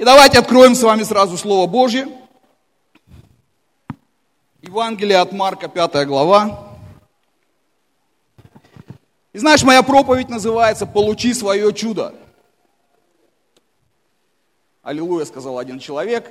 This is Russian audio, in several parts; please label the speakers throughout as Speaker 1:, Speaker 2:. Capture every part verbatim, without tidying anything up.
Speaker 1: И давайте откроем с вами сразу Слово Божье. Евангелие от Марка, пятая глава. И знаешь, моя проповедь называется «Получи свое чудо». Аллилуйя, сказал один человек.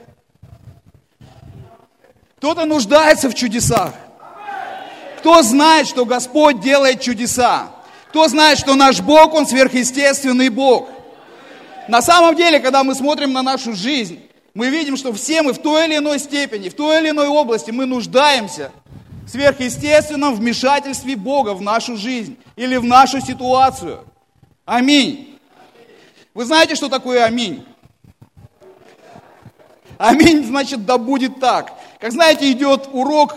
Speaker 1: Кто-то нуждается в чудесах. Кто знает, что Господь делает чудеса? Кто знает, что наш Бог, Он сверхъестественный Бог? На самом деле, когда мы смотрим на нашу жизнь, мы видим, что все мы в той или иной степени, в той или иной области мы нуждаемся в сверхъестественном вмешательстве Бога в нашу жизнь или в нашу ситуацию. Аминь. Вы знаете, что такое аминь? Аминь значит «да будет так». Как знаете, идет урок,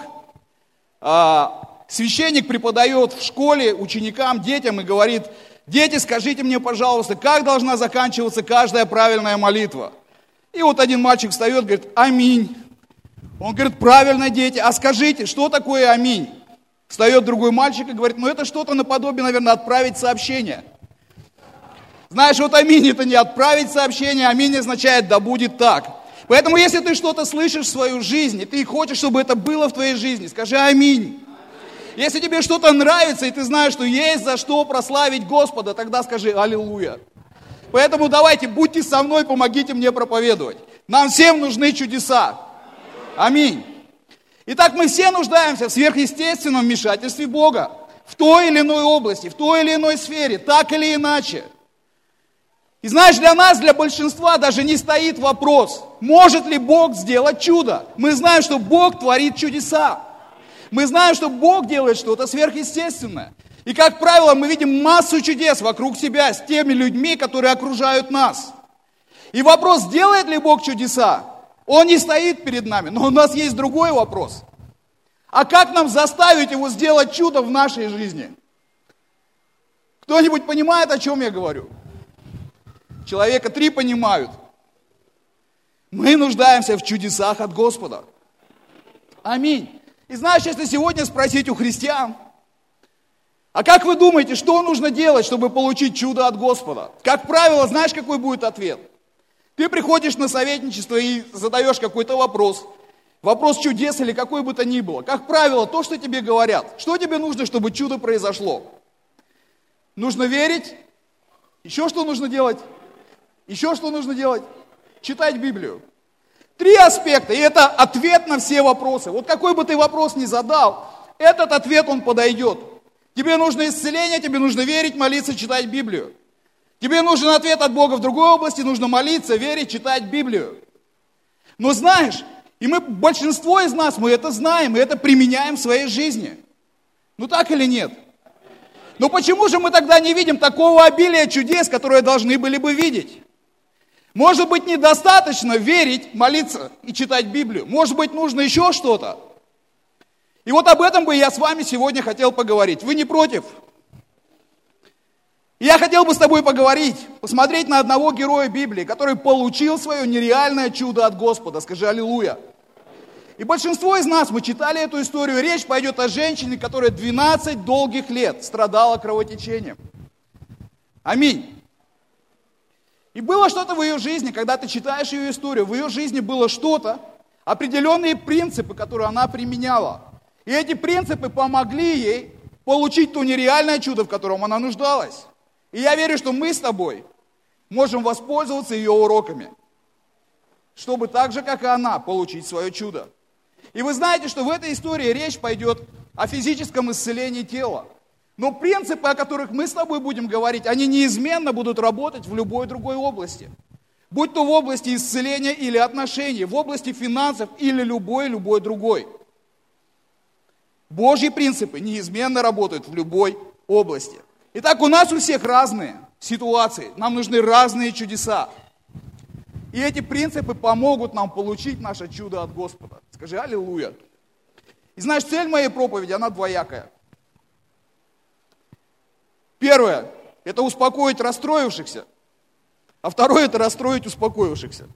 Speaker 1: а, священник преподает в школе ученикам, детям и говорит: дети, скажите мне, пожалуйста, как должна заканчиваться каждая правильная молитва? И вот один мальчик встает, говорит: аминь. Он говорит: правильно, дети, а скажите, что такое аминь? Встает другой мальчик и говорит: ну это что-то наподобие, наверное, отправить сообщение. Знаешь, вот аминь это не отправить сообщение, аминь означает «да будет так». Поэтому если ты что-то слышишь в свою жизнь, и ты хочешь, чтобы это было в твоей жизни, скажи аминь. Если тебе что-то нравится, и ты знаешь, что есть за что прославить Господа, тогда скажи аллилуйя. Поэтому давайте, будьте со мной, помогите мне проповедовать. Нам всем нужны чудеса. Аминь. Итак, мы все нуждаемся в сверхъестественном вмешательстве Бога. В той или иной области, в той или иной сфере, так или иначе. И знаешь, для нас, для большинства даже не стоит вопрос, может ли Бог сделать чудо. Мы знаем, что Бог творит чудеса. Мы знаем, что Бог делает что-то сверхъестественное. И, как правило, мы видим массу чудес вокруг себя с теми людьми, которые окружают нас. И вопрос, делает ли Бог чудеса, он не стоит перед нами. Но у нас есть другой вопрос. А как нам заставить Его сделать чудо в нашей жизни? Кто-нибудь понимает, о чем я говорю? Человека три понимают. Мы нуждаемся в чудесах от Господа. Аминь. И знаешь, если сегодня спросить у христиан, а как вы думаете, что нужно делать, чтобы получить чудо от Господа? Как правило, знаешь, какой будет ответ? Ты приходишь на советничество и задаешь какой-то вопрос. Вопрос чудес или какой бы то ни было. Как правило, то, что тебе говорят. Что тебе нужно, чтобы чудо произошло? Нужно верить. Еще что нужно делать? Еще что нужно делать? Читать Библию. Три аспекта, и это ответ на все вопросы. Вот какой бы ты вопрос ни задал, этот ответ, он подойдет. Тебе нужно исцеление, тебе нужно верить, молиться, читать Библию. Тебе нужен ответ от Бога в другой области, нужно молиться, верить, читать Библию. Но знаешь, и мы, большинство из нас, мы это знаем, мы это применяем в своей жизни. Ну так или нет? Но почему же мы тогда не видим такого обилия чудес, которые должны были бы видеть? Может быть, недостаточно верить, молиться и читать Библию. Может быть, нужно еще что-то. И вот об этом бы я с вами сегодня хотел поговорить. Вы не против? И я хотел бы с тобой поговорить, посмотреть на одного героя Библии, который получил свое нереальное чудо от Господа. Скажи аллилуйя. И большинство из нас, мы читали эту историю, речь пойдет о женщине, которая двенадцать долгих лет страдала кровотечением. Аминь. И было что-то в ее жизни, когда ты читаешь ее историю, в ее жизни было что-то, определенные принципы, которые она применяла. И эти принципы помогли ей получить то нереальное чудо, в котором она нуждалась. И я верю, что мы с тобой можем воспользоваться ее уроками, чтобы так же, как и она, получить свое чудо. И вы знаете, что в этой истории речь пойдет о физическом исцелении тела. Но принципы, о которых мы с тобой будем говорить, они неизменно будут работать в любой другой области. Будь то в области исцеления или отношений, в области финансов или любой-любой другой. Божьи принципы неизменно работают в любой области. Итак, у нас у всех разные ситуации, нам нужны разные чудеса. И эти принципы помогут нам получить наше чудо от Господа. Скажи аллилуйя. И знаешь, цель моей проповеди, она двоякая. Первое, это успокоить расстроившихся, а второе, это расстроить успокоившихся.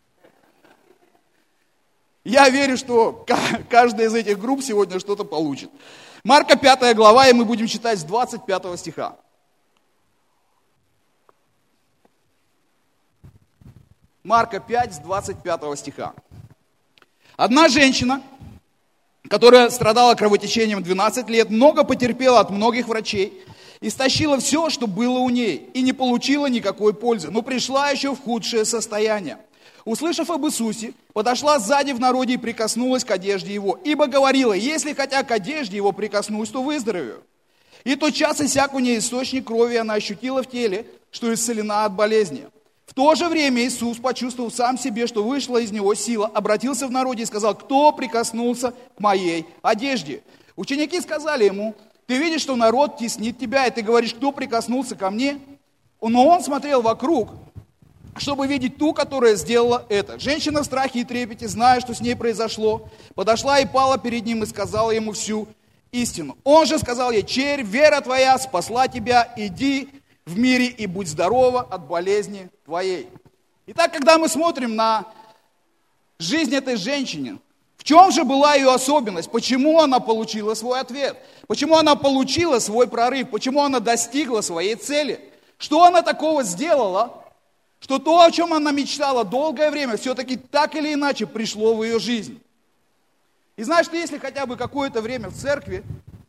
Speaker 1: Я верю, что каждая из этих групп сегодня что-то получит. Марка пятая глава, и мы будем читать с двадцать пятого стиха. Марка пять, с двадцать пятого стиха. Одна женщина, которая страдала кровотечением двенадцать лет, много потерпела от многих врачей, истощила все, что было у ней, и не получила никакой пользы, но пришла еще в худшее состояние. Услышав об Иисусе, подошла сзади в народе и прикоснулась к одежде его, ибо говорила: если хотя к одежде его прикоснусь, то выздоровею. И тотчас иссяк у нее источник крови, и она ощутила в теле, что исцелена от болезни. В то же время Иисус, почувствовав сам себе, что вышла из него сила, обратился в народе и сказал: кто прикоснулся к моей одежде? Ученики сказали ему: ты видишь, что народ теснит тебя, и ты говоришь: кто прикоснулся ко мне? Но он смотрел вокруг, чтобы видеть ту, которая сделала это. Женщина в страхе и трепете, зная, что с ней произошло, подошла и пала перед ним и сказала ему всю истину. Он же сказал ей: черь, вера твоя спасла тебя, иди в мире и будь здорова от болезни твоей. Итак, когда мы смотрим на жизнь этой женщины, в чем же была ее особенность? Почему она получила свой ответ? Почему она получила свой прорыв? Почему она достигла своей цели? Что она такого сделала, что то, о чем она мечтала долгое время, все-таки так или иначе пришло в ее жизнь? И знаешь, что если хотя бы какое-то время в церкви,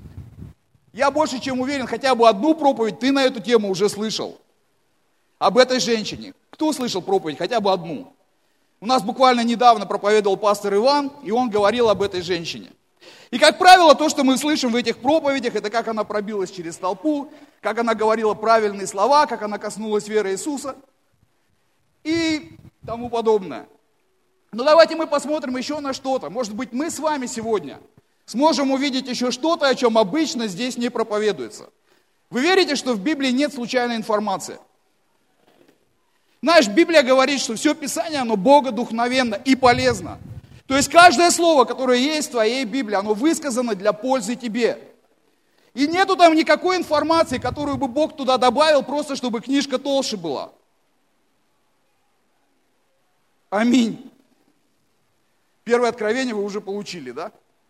Speaker 1: я больше чем уверен, хотя бы одну проповедь ты на эту тему уже слышал. Об этой женщине. Кто слышал проповедь? Хотя бы одну. У нас буквально недавно проповедовал пастор Иван, и он говорил об этой женщине. И, как правило, то, что мы слышим в этих проповедях, это как она пробилась через толпу, как она говорила правильные слова, как она коснулась веры Иисуса и тому подобное. Но давайте мы посмотрим еще на что-то. Может быть, мы с вами сегодня сможем увидеть еще что-то, о чем обычно здесь не проповедуется. Вы верите, что в Библии нет случайной информации? Знаешь, Библия говорит, что все Писание, оно богодухновенно и полезно. То есть каждое слово, которое есть в твоей Библии, оно высказано для пользы тебе. И нету там никакой информации, которую бы Бог туда добавил, просто чтобы книжка толще была. Аминь. Первое откровение вы уже получили, да?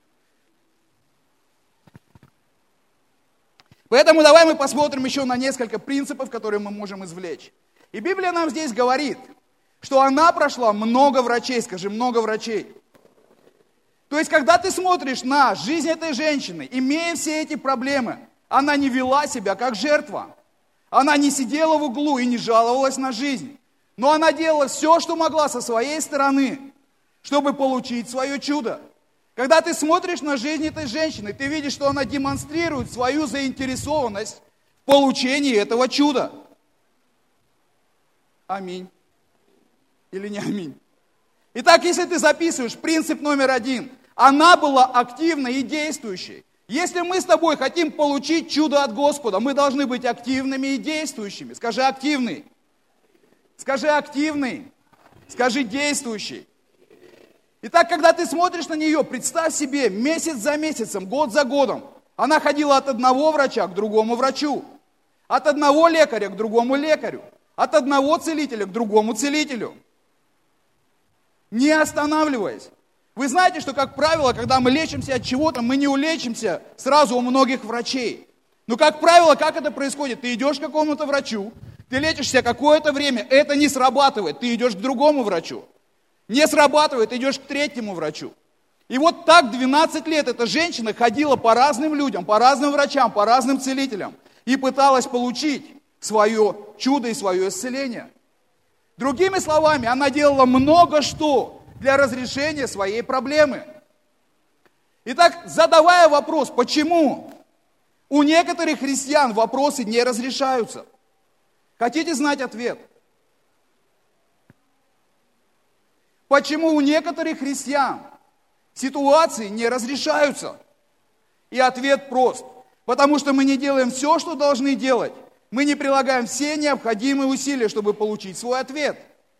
Speaker 1: Поэтому давай мы посмотрим еще на несколько принципов, которые мы можем извлечь. И Библия нам здесь говорит, что она прошла много врачей, скажи, много врачей. То есть, когда ты смотришь на жизнь этой женщины, имея все эти проблемы, она не вела себя как жертва. Она не сидела в углу и не жаловалась на жизнь. Но она делала все, что могла со своей стороны, чтобы получить свое чудо. Когда ты смотришь на жизнь этой женщины, ты видишь, что она демонстрирует свою заинтересованность в получении этого чуда. Аминь. Или не аминь? Итак, если ты записываешь принцип номер один, она была активной и действующей. Если мы с тобой хотим получить чудо от Господа, мы должны быть активными и действующими. Скажи активный. Скажи активный. Скажи действующий. Итак, когда ты смотришь на нее, представь себе, месяц за месяцем, год за годом, она ходила от одного врача к другому врачу, от одного лекаря к другому лекарю, от одного целителя к другому целителю, не останавливаясь. Вы знаете, что, как правило, когда мы лечимся от чего-то, мы не улечимся сразу у многих врачей. Но, как правило, как это происходит? Ты идешь к какому-то врачу, ты лечишься какое-то время, это не срабатывает, ты идешь к другому врачу. Не срабатывает, идешь к третьему врачу. И вот так двенадцать лет эта женщина ходила по разным людям, по разным врачам, по разным целителям и пыталась получить свое чудо и свое исцеление. Другими словами, она делала много что для разрешения своей проблемы. Итак, задавая вопрос, почему у некоторых христиан вопросы не разрешаются? Хотите знать ответ? Почему у некоторых христиан ситуации не разрешаются? И ответ прост. Потому что мы не делаем все, что должны делать. Мы не прилагаем все необходимые усилия, чтобы получить свой ответ.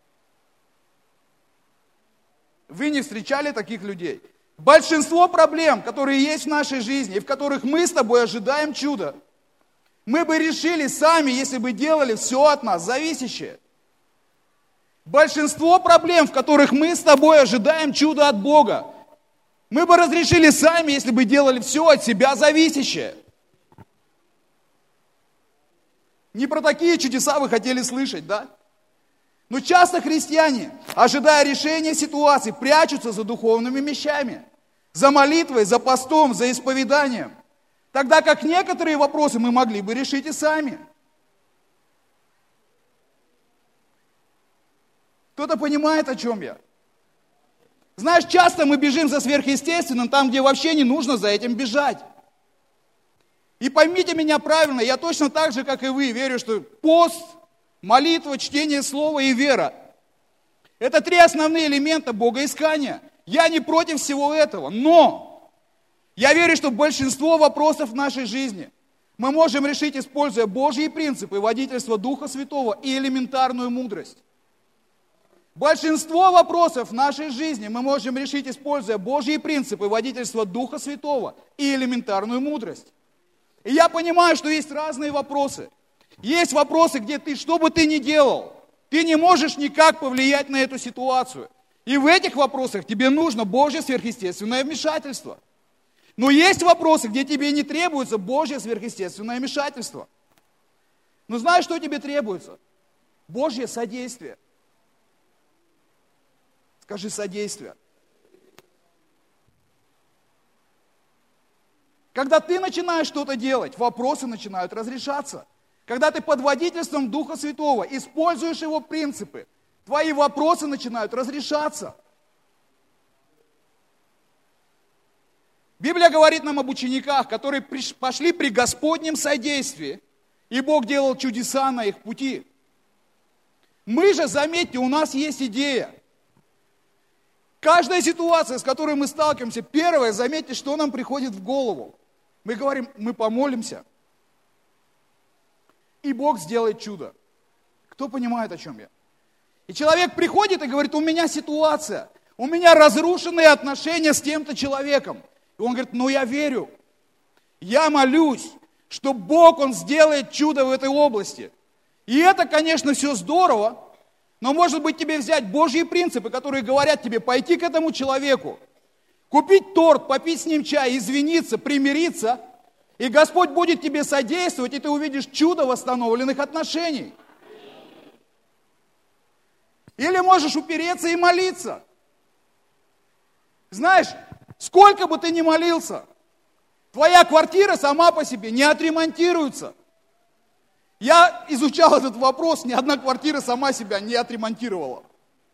Speaker 1: Вы не встречали таких людей? Большинство проблем, которые есть в нашей жизни, и в которых мы с тобой ожидаем чуда, мы бы решили сами, если бы делали все от нас зависящее. Большинство проблем, в которых мы с тобой ожидаем чуда от Бога, мы бы разрешили сами, если бы делали все от себя зависящее. Не про такие чудеса вы хотели слышать, да? Но часто христиане, ожидая решения ситуации, прячутся за духовными вещами, за молитвой, за постом, за исповеданием. Тогда как некоторые вопросы мы могли бы решить и сами. Кто-то понимает, о чем я? Знаешь, часто мы бежим за сверхъестественным там, где вообще не нужно за этим бежать. И поймите меня правильно, я точно так же, как и вы, верю, что пост, молитва, чтение слова и вера – это три основные элемента богоискания. Я не против всего этого, но я верю, что большинство вопросов в нашей жизни мы можем решить, используя Божьи принципы, водительство Духа Святого и элементарную мудрость. Большинство вопросов в нашей жизни мы можем решить, используя Божьи принципы, водительство Духа Святого и элементарную мудрость. И я понимаю, что есть разные вопросы. Есть вопросы, где ты, что бы ты ни делал, ты не можешь никак повлиять на эту ситуацию. И в этих вопросах тебе нужно Божье сверхъестественное вмешательство. Но есть вопросы, где тебе не требуется Божье сверхъестественное вмешательство. Но знаешь, что тебе требуется? Божье содействие. Скажи содействие. Когда ты начинаешь что-то делать, вопросы начинают разрешаться. Когда ты под водительством Духа Святого используешь его принципы, твои вопросы начинают разрешаться. Библия говорит нам об учениках, которые пошли при Господнем содействии, и Бог делал чудеса на их пути. Мы же, заметьте, у нас есть идея. Каждая ситуация, с которой мы сталкиваемся, первое, заметьте, что нам приходит в голову. Мы говорим, мы помолимся, и Бог сделает чудо. Кто понимает, о чем я? И человек приходит и говорит, у меня ситуация, у меня разрушенные отношения с тем-то человеком. И он говорит, ну я верю, я молюсь, что Бог, Он сделает чудо в этой области. И это, конечно, все здорово, но может быть тебе взять Божьи принципы, которые говорят тебе пойти к этому человеку, купить торт, попить с ним чай, извиниться, примириться, и Господь будет тебе содействовать, и ты увидишь чудо восстановленных отношений. Или можешь упереться и молиться. Знаешь, сколько бы ты ни молился, твоя квартира сама по себе не отремонтируется. Я изучал этот вопрос, ни одна квартира сама себя не отремонтировала.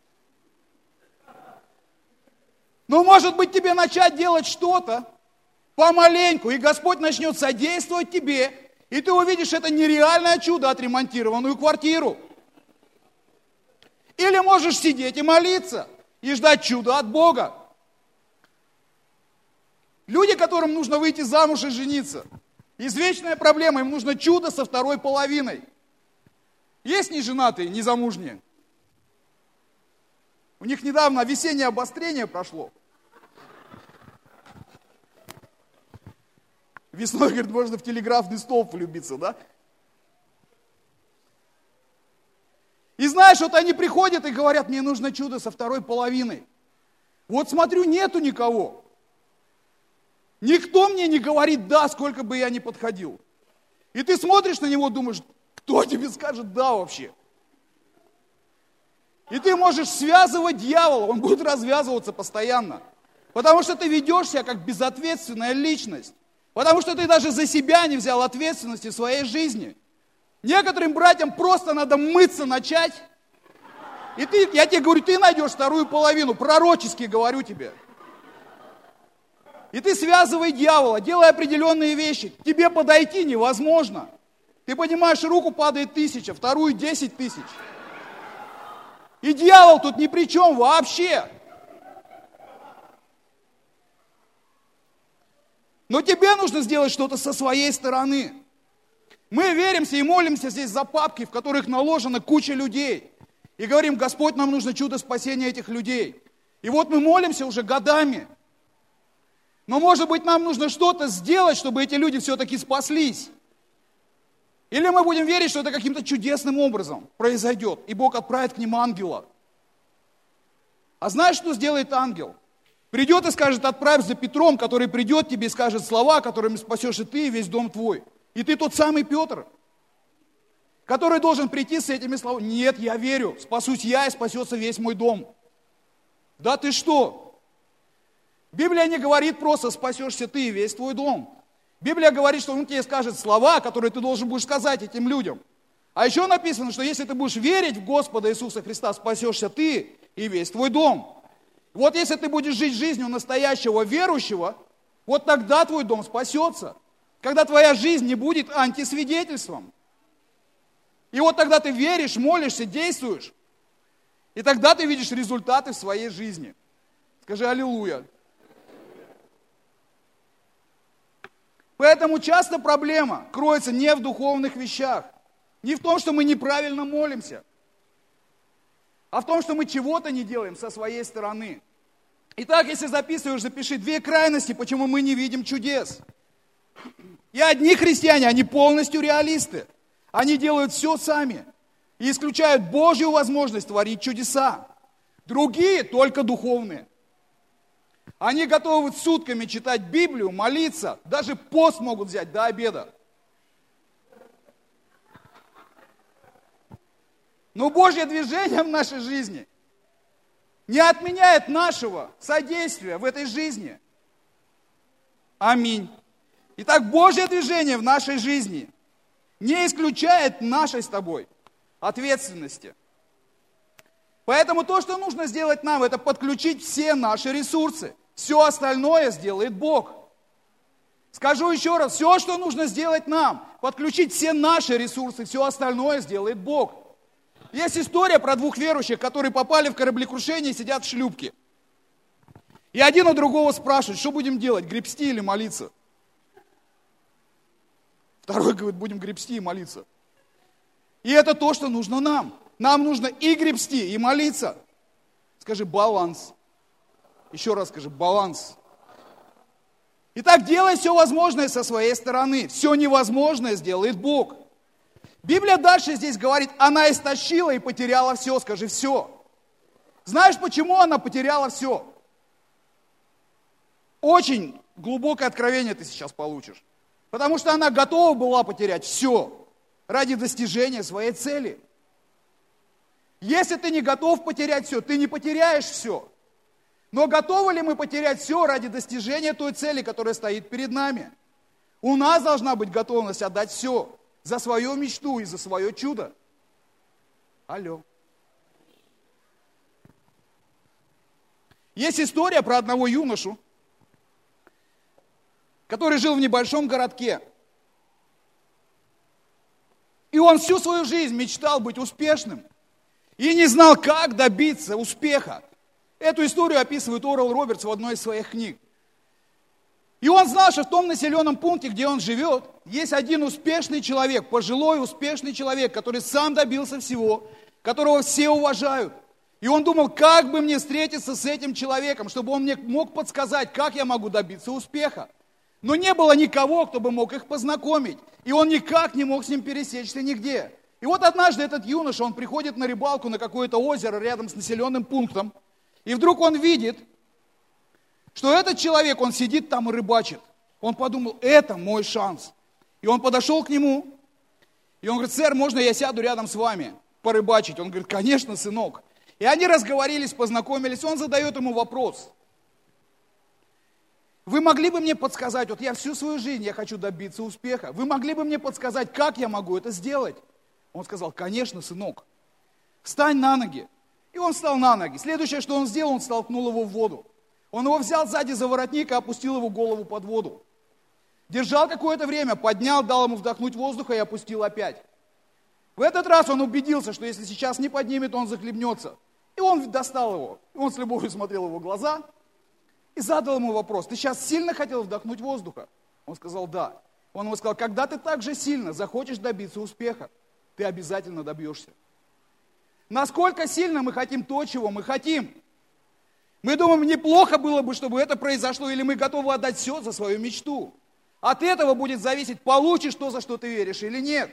Speaker 1: Но может быть тебе начать делать что-то помаленьку, и Господь начнет содействовать тебе, и ты увидишь это нереальное чудо, отремонтированную квартиру. Или можешь сидеть и молиться, и ждать чуда от Бога. Люди, которым нужно выйти замуж и жениться, извечная проблема, им нужно чудо со второй половиной. Есть неженатые, незамужние? У них недавно весеннее обострение прошло. Весной, говорит, можно в телеграфный столб влюбиться, да? И знаешь, вот они приходят и говорят, мне нужно чудо со второй половиной. Вот смотрю, нету никого. Никто мне не говорит «да», сколько бы я ни подходил. И ты смотришь на него, думаешь, кто тебе скажет «да» вообще? И ты можешь связывать дьявола, он будет развязываться постоянно. Потому что ты ведешь себя как безответственная личность. Потому что ты даже за себя не взял ответственности в своей жизни. Некоторым братьям просто надо мыться начать. И ты, я тебе говорю, ты найдешь вторую половину, пророчески говорю тебе. И ты связывай дьявола, делай определенные вещи. К тебе подойти невозможно. Ты понимаешь, руку падает тысяча, вторую десять тысяч. И дьявол тут ни при чем вообще. Но тебе нужно сделать что-то со своей стороны. Мы веримся и молимся здесь за папки, в которых наложена куча людей. И говорим, Господь, нам нужно чудо спасения этих людей. И вот мы молимся уже годами. Но может быть нам нужно что-то сделать, чтобы эти люди все-таки спаслись. Или мы будем верить, что это каким-то чудесным образом произойдет, и Бог отправит к ним ангела. А знаешь, что сделает ангел? Придет и скажет, отправь за Петром, который придет к тебе и скажет слова, которыми спасешь и ты, и весь дом твой. И ты тот самый Петр. который должен прийти с этими словами. Нет, я верю, спасусь я и спасется весь мой дом. Да ты что? Библия не говорит просто спасешься ты и весь твой дом. Библия говорит, что он тебе скажет слова, которые ты должен будешь сказать этим людям. А еще написано, что если ты будешь верить в Господа Иисуса Христа, спасешься ты и весь твой дом. Вот если ты будешь жить жизнью настоящего верующего, вот тогда твой дом спасется. Когда твоя жизнь не будет антисвидетельством. И вот тогда ты веришь, молишься, действуешь. И тогда ты видишь результаты в своей жизни. Скажи аллилуйя. Поэтому часто проблема кроется не в духовных вещах, не в том, что мы неправильно молимся, а в том, что мы чего-то не делаем со своей стороны. Итак, если записываешь, запиши две крайности, почему мы не видим чудес. И одни христиане, они полностью реалисты. Они делают все сами и исключают Божью возможность творить чудеса. Другие только духовные. Они готовы сутками читать Библию, молиться, даже пост могут взять до обеда. Но Божье движение в нашей жизни не отменяет нашего содействия в этой жизни. Аминь. Итак, Божье движение в нашей жизни не исключает нашей с тобой ответственности. Поэтому то, что нужно сделать нам, это подключить все наши ресурсы. Все остальное сделает Бог. Скажу еще раз, все, что нужно сделать нам, подключить все наши ресурсы, все остальное сделает Бог. Есть история про двух верующих, которые попали в кораблекрушение и сидят в шлюпке. И один у другого спрашивает, что будем делать, гребсти или молиться? Второй говорит, будем гребсти и молиться. И это то, что нужно нам. Нам нужно и гребсти, и молиться. Скажи, баланс. Еще раз скажи, баланс. Итак, делай все возможное со своей стороны. Все невозможное сделает Бог. Библия дальше здесь говорит, она истощила и потеряла все. Скажи, все. Знаешь, почему она потеряла все? Очень глубокое откровение ты сейчас получишь. Потому что она готова была потерять все ради достижения своей цели. Если ты не готов потерять все, ты не потеряешь все. Но готовы ли мы потерять все ради достижения той цели, которая стоит перед нами? У нас должна быть готовность отдать все за свою мечту и за свое чудо. Алло. Есть история про одного юношу, который жил в небольшом городке. И он всю свою жизнь мечтал быть успешным. И не знал, как добиться успеха. Эту историю описывает Орел Робертс в одной из своих книг. И он знал, что в том населенном пункте, где он живет, есть один успешный человек, пожилой успешный человек, который сам добился всего, которого все уважают. И он думал, как бы мне встретиться с этим человеком, чтобы он мне мог подсказать, как я могу добиться успеха. Но не было никого, кто бы мог их познакомить. И он никак не мог с ним пересечься нигде. И вот однажды этот юноша, он приходит на рыбалку на какое-то озеро рядом с населенным пунктом. И вдруг он видит, что этот человек, он сидит там и рыбачит. Он подумал, это мой шанс. И он подошел к нему. И он говорит, сэр, можно я сяду рядом с вами порыбачить? Он говорит, конечно, сынок. И они разговорились, познакомились. Он задает ему вопрос. Вы могли бы мне подсказать, вот я всю свою жизнь, я хочу добиться успеха. Вы могли бы мне подсказать, как я могу это сделать? Он сказал, конечно, сынок. Встань на ноги. И он встал на ноги. Следующее, что он сделал, он столкнул его в воду. Он его взял сзади за воротник и опустил его голову под воду. Держал какое-то время, поднял, дал ему вдохнуть воздуха и опустил опять. В этот раз он убедился, что если сейчас не поднимет, он захлебнется. И он достал его. Он с любовью смотрел в его глаза и задал ему вопрос. Ты сейчас сильно хотел вдохнуть воздуха? Он сказал, да. Он ему сказал, когда ты так же сильно захочешь добиться успеха, ты обязательно добьешься. Насколько сильно мы хотим то, чего мы хотим? Мы думаем, неплохо было бы, чтобы это произошло, или мы готовы отдать все за свою мечту. От этого будет зависеть, получишь то, за что ты веришь, или нет.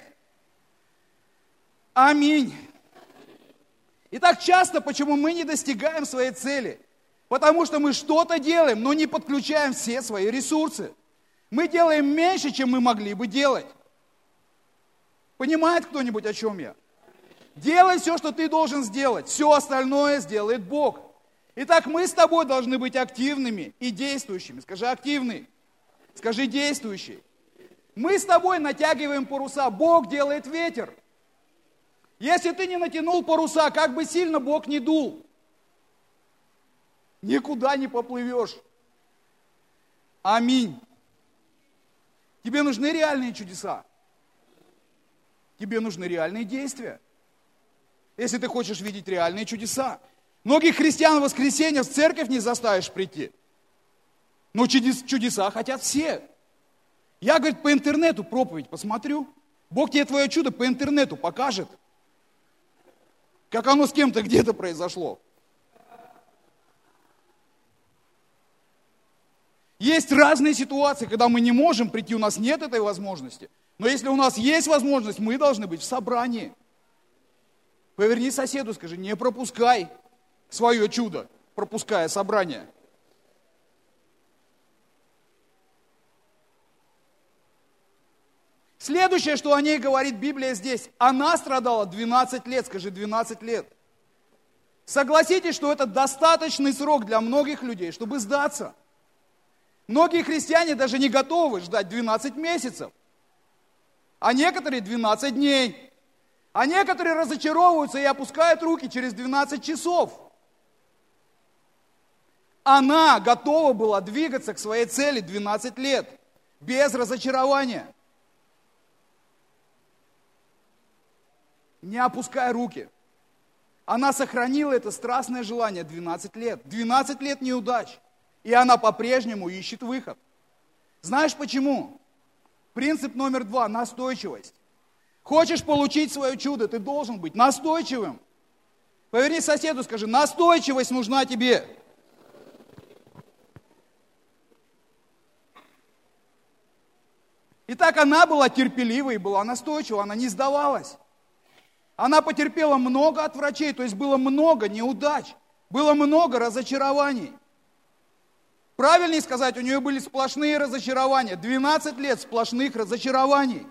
Speaker 1: Аминь. Итак, часто почему мы не достигаем своей цели? Потому что мы что-то делаем, но не подключаем все свои ресурсы. Мы делаем меньше, чем мы могли бы делать. Понимает кто-нибудь, о чем я? Делай все, что ты должен сделать. Все остальное сделает Бог. Итак, мы с тобой должны быть активными и действующими. Скажи активный. Скажи действующий. Мы с тобой натягиваем паруса. Бог делает ветер. Если ты не натянул паруса, как бы сильно Бог не дул, никуда не поплывешь. Аминь. Тебе нужны реальные чудеса. Тебе нужны реальные действия. Если ты хочешь видеть реальные чудеса. Многих христиан в воскресенье в церковь не заставишь прийти. Но чудес, чудеса хотят все. Я, говорит, по интернету проповедь посмотрю. Бог тебе твое чудо по интернету покажет. Как оно с кем-то где-то произошло. Есть разные ситуации, когда мы не можем прийти, у нас нет этой возможности. Но если у нас есть возможность, мы должны быть в собрании. Поверни соседу, скажи, не пропускай свое чудо, пропуская собрание. Следующее, что о ней говорит Библия здесь, она страдала двенадцать лет, скажи, двенадцать лет. Согласитесь, что это достаточный срок для многих людей, чтобы сдаться. Многие христиане даже не готовы ждать двенадцать месяцев, а некоторые двенадцать дней. А некоторые разочаровываются и опускают руки через двенадцать часов. Она готова была двигаться к своей цели двенадцать лет, без разочарования. Не опуская руки. Она сохранила это страстное желание двенадцать лет. двенадцать лет неудач. И она по-прежнему ищет выход. Знаешь почему? Принцип номер два – настойчивость. Хочешь получить свое чудо, ты должен быть настойчивым. Поверни соседу, скажи, настойчивость нужна тебе. Итак, она была терпеливой и была настойчива, она не сдавалась. Она потерпела много от врачей, то есть было много неудач, было много разочарований. Правильнее сказать, у нее были сплошные разочарования. двенадцать лет сплошных разочарований.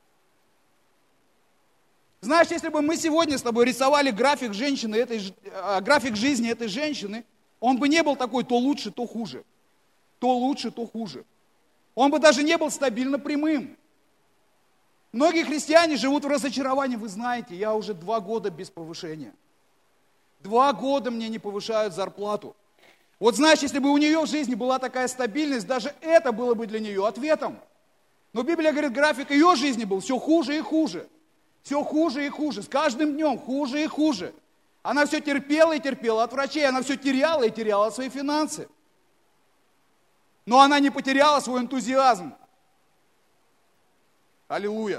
Speaker 1: Знаешь, если бы мы сегодня с тобой рисовали график женщины, этой, график жизни этой женщины, он бы не был такой то лучше, то хуже. То лучше, то хуже. Он бы даже не был стабильно прямым. Многие христиане живут в разочаровании. Вы знаете, я уже два года без повышения. Два года мне не повышают зарплату. Вот знаешь, если бы у нее в жизни была такая стабильность, даже это было бы для нее ответом. Но Библия говорит, график ее жизни был все хуже и хуже. Все хуже и хуже, с каждым днем хуже и хуже. Она все терпела и терпела от врачей, она все теряла и теряла свои финансы. Но она не потеряла свой энтузиазм. Аллилуйя.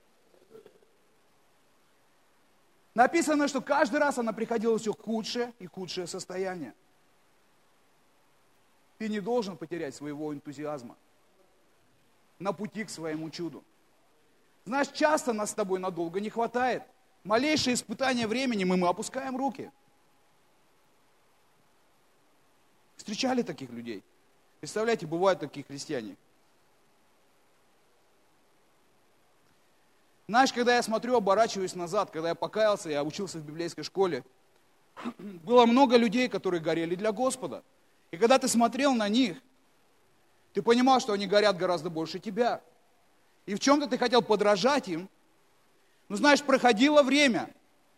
Speaker 1: Написано, что каждый раз она приходила все худшее и худшее состояние. Ты не должен потерять своего энтузиазма на пути к своему чуду. Знаешь, часто нас с тобой надолго не хватает. Малейшее испытание времени, мы, мы опускаем руки. Встречали таких людей? Представляете, бывают такие христиане. Знаешь, когда я смотрю, оборачиваюсь назад, когда я покаялся, я учился в библейской школе, было много людей, которые горели для Господа. И когда ты смотрел на них, ты понимал, что они горят гораздо больше тебя. И в чем-то ты хотел подражать им. Но знаешь, проходило время.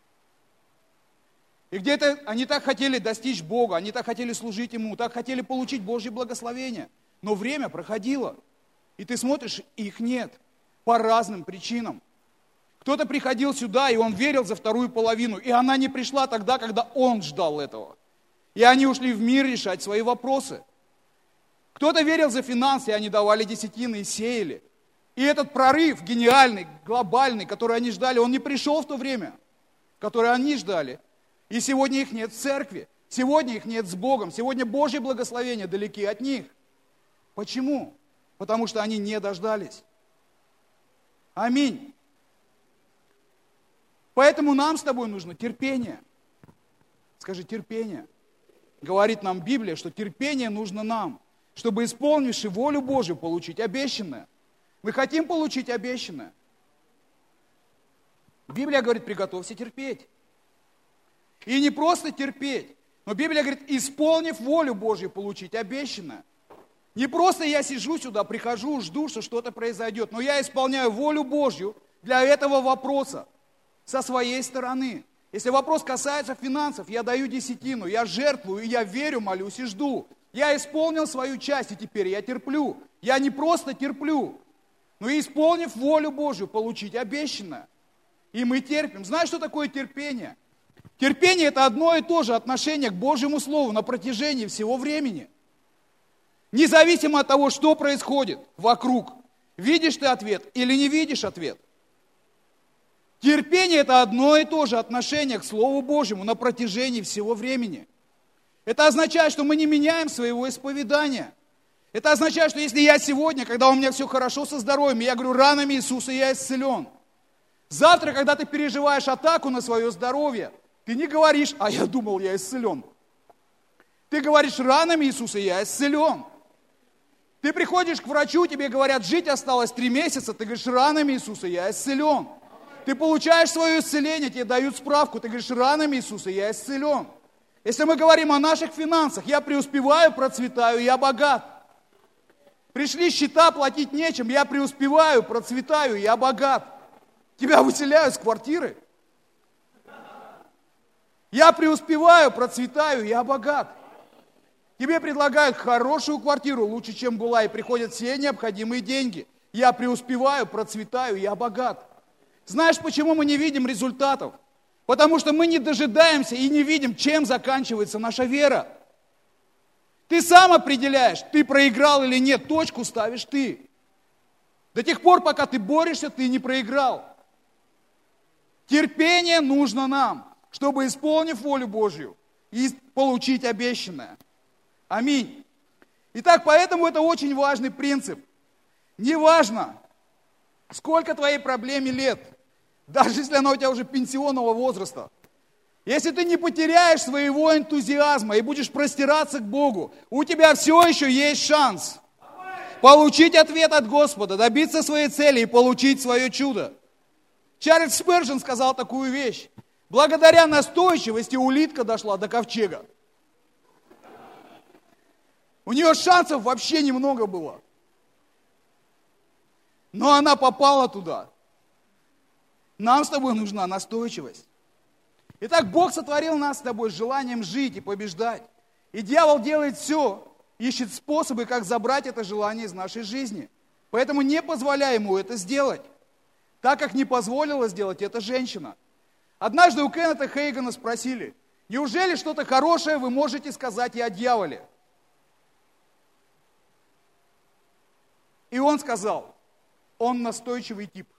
Speaker 1: И где-то они так хотели достичь Бога, они так хотели служить Ему, так хотели получить Божье благословение. Но время проходило. И ты смотришь, их нет. По разным причинам. Кто-то приходил сюда, и он верил за вторую половину. И она не пришла тогда, когда он ждал этого. И они ушли в мир решать свои вопросы. Кто-то верил за финансы, и они давали десятины и сеяли. И этот прорыв гениальный, глобальный, который они ждали, он не пришел в то время, которое они ждали. И сегодня их нет в церкви, сегодня их нет с Богом, сегодня Божье благословение далеки от них. Почему? Потому что они не дождались. Аминь. Поэтому нам с тобой нужно терпение. Скажи, терпение. Говорит нам Библия, что терпение нужно нам, чтобы, исполнивши волю Божью, получить обещанное. Мы хотим получить обещанное. Библия говорит, приготовься терпеть. И не просто терпеть, но Библия говорит, исполнив волю Божью, получить обещанное. Не просто я сижу сюда, прихожу, жду, что что-то произойдет, но я исполняю волю Божью для этого вопроса со своей стороны. Если вопрос касается финансов, я даю десятину, я жертвую, и я верю, молюсь и жду. Я исполнил свою часть, и теперь я терплю. Я не просто терплю, но и исполнив волю Божью, получить обещанное. И мы терпим. Знаешь, что такое терпение? Терпение – это одно и то же отношение к Божьему Слову на протяжении всего времени. Независимо от того, что происходит вокруг. Видишь ты ответ или не видишь ответ. Терпение – это одно и то же отношение к Слову Божьему на протяжении всего времени. Это означает, что мы не меняем своего исповедания. Это означает, что если я сегодня, когда у меня все хорошо со здоровьем, я говорю, ранами Иисуса я исцелен. Завтра, когда ты переживаешь атаку на свое здоровье, ты не говоришь, а я думал, я исцелен. Ты говоришь, ранами Иисуса я исцелен. Ты приходишь к врачу, тебе говорят, жить осталось три месяца, ты говоришь, ранами Иисуса я исцелен. Ты получаешь свое исцеление, тебе дают справку, ты говоришь, ранами Иисуса я исцелен. Если мы говорим о наших финансах, я преуспеваю, процветаю, я богат. Пришли счета, платить нечем, я преуспеваю, процветаю, я богат. Тебя выселяют с квартиры. Я преуспеваю, процветаю, я богат. Тебе предлагают хорошую квартиру, лучше, чем была, и приходят все необходимые деньги. Я преуспеваю, процветаю, я богат. Знаешь, почему мы не видим результатов? Потому что мы не дожидаемся и не видим, чем заканчивается наша вера. Ты сам определяешь, ты проиграл или нет, точку ставишь ты. До тех пор, пока ты борешься, ты не проиграл. Терпение нужно нам, чтобы, исполнив волю Божью, и получить обещанное. Аминь. Итак, поэтому это очень важный принцип. Неважно, сколько твоей проблеме лет, даже если она у тебя уже пенсионного возраста, если ты не потеряешь своего энтузиазма и будешь простираться к Богу, у тебя все еще есть шанс получить ответ от Господа, добиться своей цели и получить свое чудо. Чарльз Спержен сказал такую вещь. Благодаря настойчивости улитка дошла до ковчега. У нее шансов вообще немного было. Но она попала туда. Нам с тобой нужна настойчивость. Итак, Бог сотворил нас с тобой с желанием жить и побеждать. И дьявол делает все, ищет способы, как забрать это желание из нашей жизни. Поэтому не позволяй ему это сделать, так как не позволила сделать это женщина. Однажды у Кеннета Хейгана спросили, неужели что-то хорошее вы можете сказать и о дьяволе? И он сказал, он настойчивый тип.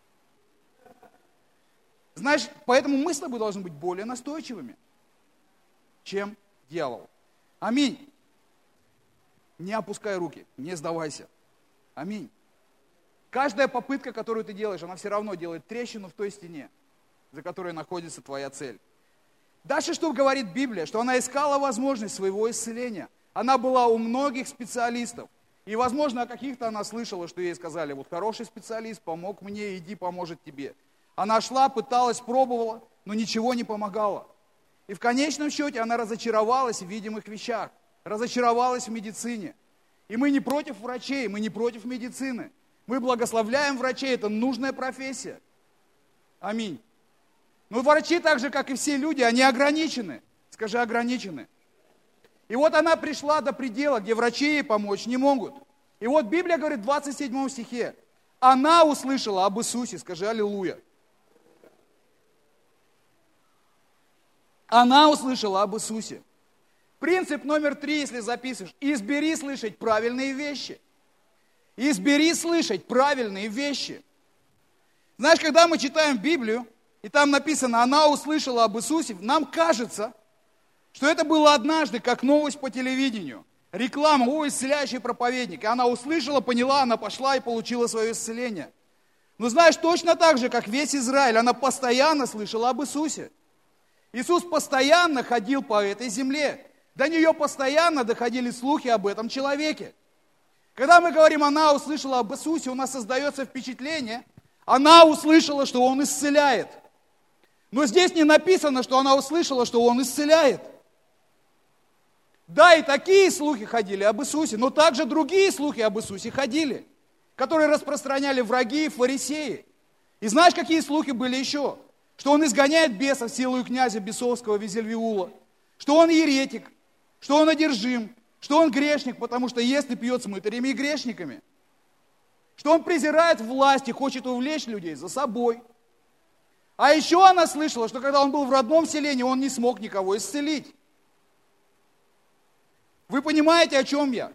Speaker 1: Знаешь, поэтому мы с тобой должны быть более настойчивыми, чем дьявол. Аминь. Не опускай руки, не сдавайся. Аминь. Каждая попытка, которую ты делаешь, она все равно делает трещину в той стене, за которой находится твоя цель. Дальше что говорит Библия? Что она искала возможность своего исцеления. Она была у многих специалистов. И, возможно, о каких-то она слышала, что ей сказали, вот хороший специалист помог мне, иди, поможет тебе. Она шла, пыталась, пробовала, но ничего не помогало. И в конечном счете она разочаровалась в видимых вещах, разочаровалась в медицине. И мы не против врачей, мы не против медицины. Мы благословляем врачей, это нужная профессия. Аминь. Но врачи, так же, как и все люди, они ограничены. Скажи, ограничены. И вот она пришла до предела, где врачи ей помочь не могут. И вот Библия говорит в двадцать седьмом стихе, она услышала об Иисусе, скажи аллилуйя. Она услышала об Иисусе. Принцип номер три, если записываешь, избери слышать правильные вещи. Избери слышать правильные вещи. Знаешь, когда мы читаем Библию, и там написано, она услышала об Иисусе, нам кажется, что это было однажды, как новость по телевидению. Реклама, о, исцеляющий проповедник. И она услышала, поняла, она пошла и получила свое исцеление. Но знаешь, точно так же, как весь Израиль, она постоянно слышала об Иисусе. Иисус постоянно ходил по этой земле. До нее постоянно доходили слухи об этом человеке. Когда мы говорим, она услышала об Иисусе, у нас создается впечатление, она услышала, что Он исцеляет. Но здесь не написано, что она услышала, что Он исцеляет. Да, и такие слухи ходили об Иисусе, но также другие слухи об Иисусе ходили, которые распространяли враги и фарисеи. И знаешь, какие слухи были еще? Что Он изгоняет бесов силою князя бесовского Везельвиула, что Он еретик, что Он одержим, что Он грешник, потому что ест и пьет с мытарями и грешниками, что Он презирает власть и хочет увлечь людей за собой. А еще она слышала, что когда Он был в родном селении, Он не смог никого исцелить. Вы понимаете, о чем я?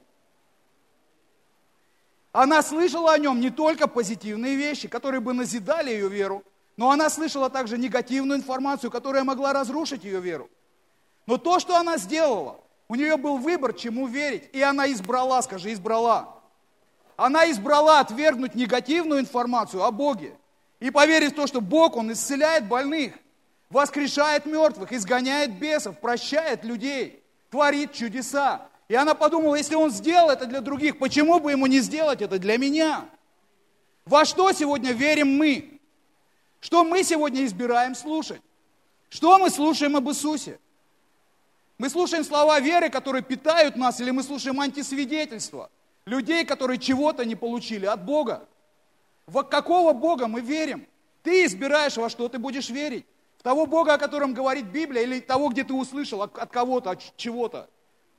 Speaker 1: Она слышала о Нем не только позитивные вещи, которые бы назидали ее веру, но она слышала также негативную информацию, которая могла разрушить ее веру. Но то, что она сделала, у нее был выбор, чему верить, и она избрала, скажи, избрала. Она избрала отвергнуть негативную информацию о Боге и поверить в то, что Бог, Он исцеляет больных, воскрешает мертвых, изгоняет бесов, прощает людей, творит чудеса. И она подумала, если Он сделал это для других, почему бы Ему не сделать это для меня? Во что сегодня верим мы? Что мы сегодня избираем слушать? Что мы слушаем об Иисусе? Мы слушаем слова веры, которые питают нас, или мы слушаем антисвидетельства людей, которые чего-то не получили от Бога? В какого Бога мы верим? Ты избираешь, во что ты будешь верить. В того Бога, о котором говорит Библия, или того, где ты услышал от, от кого-то, от чего-то.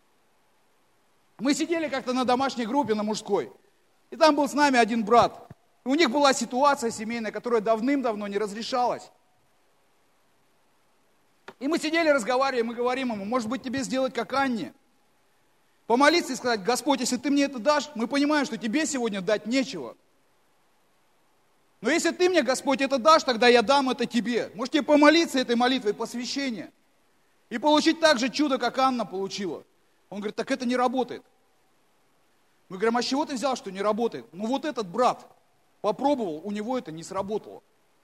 Speaker 1: Мы сидели как-то на домашней группе, на мужской, и там был с нами один брат. И у них была ситуация семейная, которая давным-давно не разрешалась. И мы сидели, разговаривали, мы говорим ему, может быть, тебе сделать как Анне? Помолиться и сказать, Господь, если ты мне это дашь, мы понимаем, что тебе сегодня дать нечего. Но если ты мне, Господь, это дашь, тогда я дам это тебе. Можете помолиться этой молитвой посвящения и получить так же чудо, как Анна получила. Он говорит, так это не работает. Мы говорим, а с чего ты взял, что не работает? Ну вот этот брат попробовал, у него это не сработало.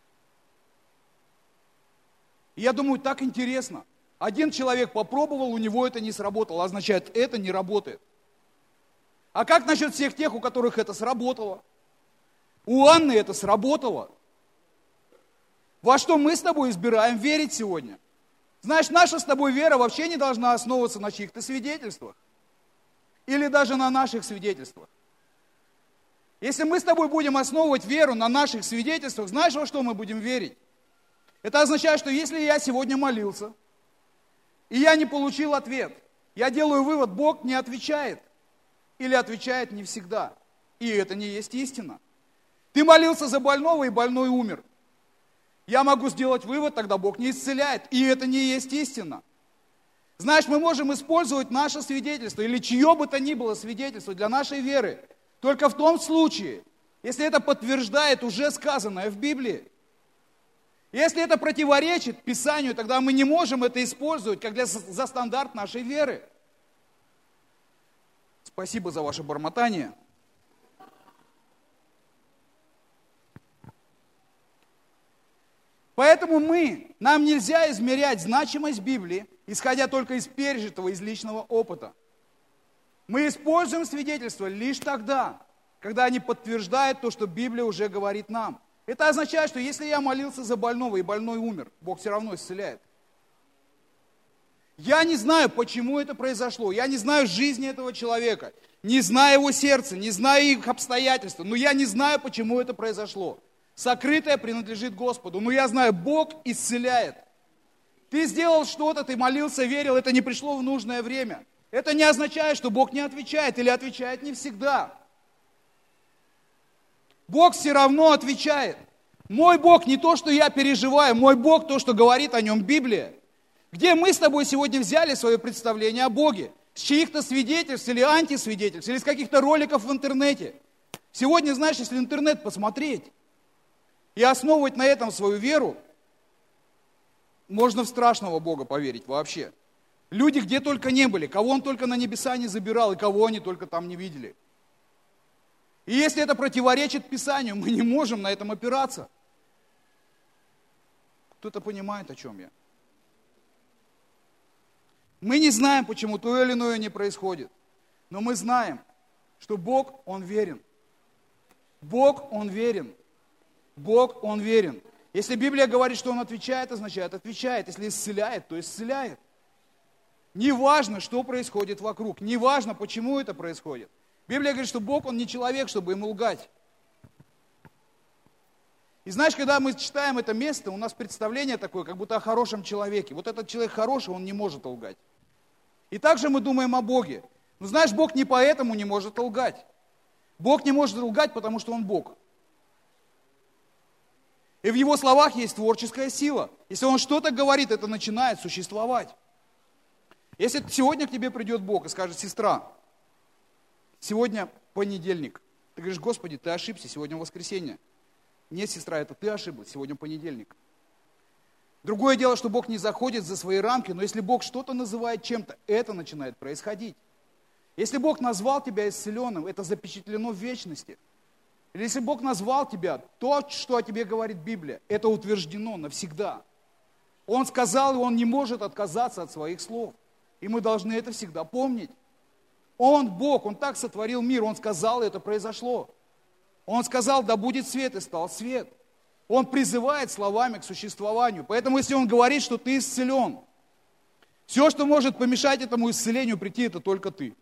Speaker 1: И я думаю, так интересно. Один человек попробовал, у него это не сработало, означает, это не работает. А как насчет всех тех, у которых это сработало? У Анны это сработало. Во что мы с тобой избираем верить сегодня? Знаешь, наша с тобой вера вообще не должна основываться на чьих-то свидетельствах. Или даже на наших свидетельствах. Если мы с тобой будем основывать веру на наших свидетельствах, знаешь, во что мы будем верить? Это означает, что если я сегодня молился, и я не получил ответ, я делаю вывод, Бог не отвечает. Или отвечает не всегда. И это не есть истина. Ты молился за больного, и больной умер. Я могу сделать вывод, тогда Бог не исцеляет. И это не есть истина. Знаешь, мы можем использовать наше свидетельство, или чье бы то ни было свидетельство для нашей веры, только в том случае, если это подтверждает уже сказанное в Библии. Если это противоречит Писанию, тогда мы не можем это использовать как для, за стандарт нашей веры. Спасибо за ваше бормотание. Поэтому мы, нам нельзя измерять значимость Библии, исходя только из пережитого, из личного опыта. Мы используем свидетельства лишь тогда, когда они подтверждают то, что Библия уже говорит нам. Это означает, что если я молился за больного, и больной умер, Бог все равно исцеляет. Я не знаю, почему это произошло, я не знаю жизни этого человека, не знаю его сердца, не знаю их обстоятельств, но я не знаю, почему это произошло. Сокрытое принадлежит Господу, но я знаю, Бог исцеляет. Ты сделал что-то, ты молился, верил, это не пришло в нужное время. Это не означает, что Бог не отвечает или отвечает не всегда. Бог все равно отвечает. Мой Бог не то, что я переживаю, мой Бог то, что говорит о нем Библия. Где мы с тобой сегодня взяли свое представление о Боге? С чьих-то свидетельств или антисвидетельств, или с каких-то роликов в интернете? Сегодня, знаешь, если интернет посмотреть и основывать на этом свою веру, можно в страшного Бога поверить вообще. Люди где только не были, кого Он только на небеса не забирал, и кого они только там не видели. И если это противоречит Писанию, мы не можем на этом опираться. Кто-то понимает, о чем я. Мы не знаем, почему то или иное не происходит. Но мы знаем, что Бог, Он верен. Бог, Он верен. Бог, Он верен. Если Библия говорит, что Он отвечает, означает отвечает. Если исцеляет, то исцеляет. Неважно, что происходит вокруг, неважно, почему это происходит. Библия говорит, что Бог, Он не человек, чтобы Ему лгать. И знаешь, когда мы читаем это место, у нас представление такое, как будто о хорошем человеке. Вот этот человек хороший, он не может лгать. И также мы думаем о Боге. Но знаешь, Бог не поэтому не может лгать. Бог не может лгать, потому что Он Бог. И в Его словах есть творческая сила. Если Он что-то говорит, это начинает существовать. Если сегодня к тебе придет Бог и скажет: сестра, сегодня понедельник. Ты говоришь: Господи, ты ошибся, сегодня воскресенье. Нет, сестра, это ты ошиблась, сегодня понедельник. Другое дело, что Бог не заходит за свои рамки, но если Бог что-то называет чем-то, это начинает происходить. Если Бог назвал тебя исцеленным, это запечатлено в вечности. Или если Бог назвал тебя, то, что о тебе говорит Библия, это утверждено навсегда. Он сказал, и Он не может отказаться от своих слов. И мы должны это всегда помнить. Он Бог, Он так сотворил мир, Он сказал, и это произошло. Он сказал: да будет свет, и стал свет. Он призывает словами к существованию. Поэтому, если Он говорит, что ты исцелен, все, что может помешать этому исцелению прийти, это только ты.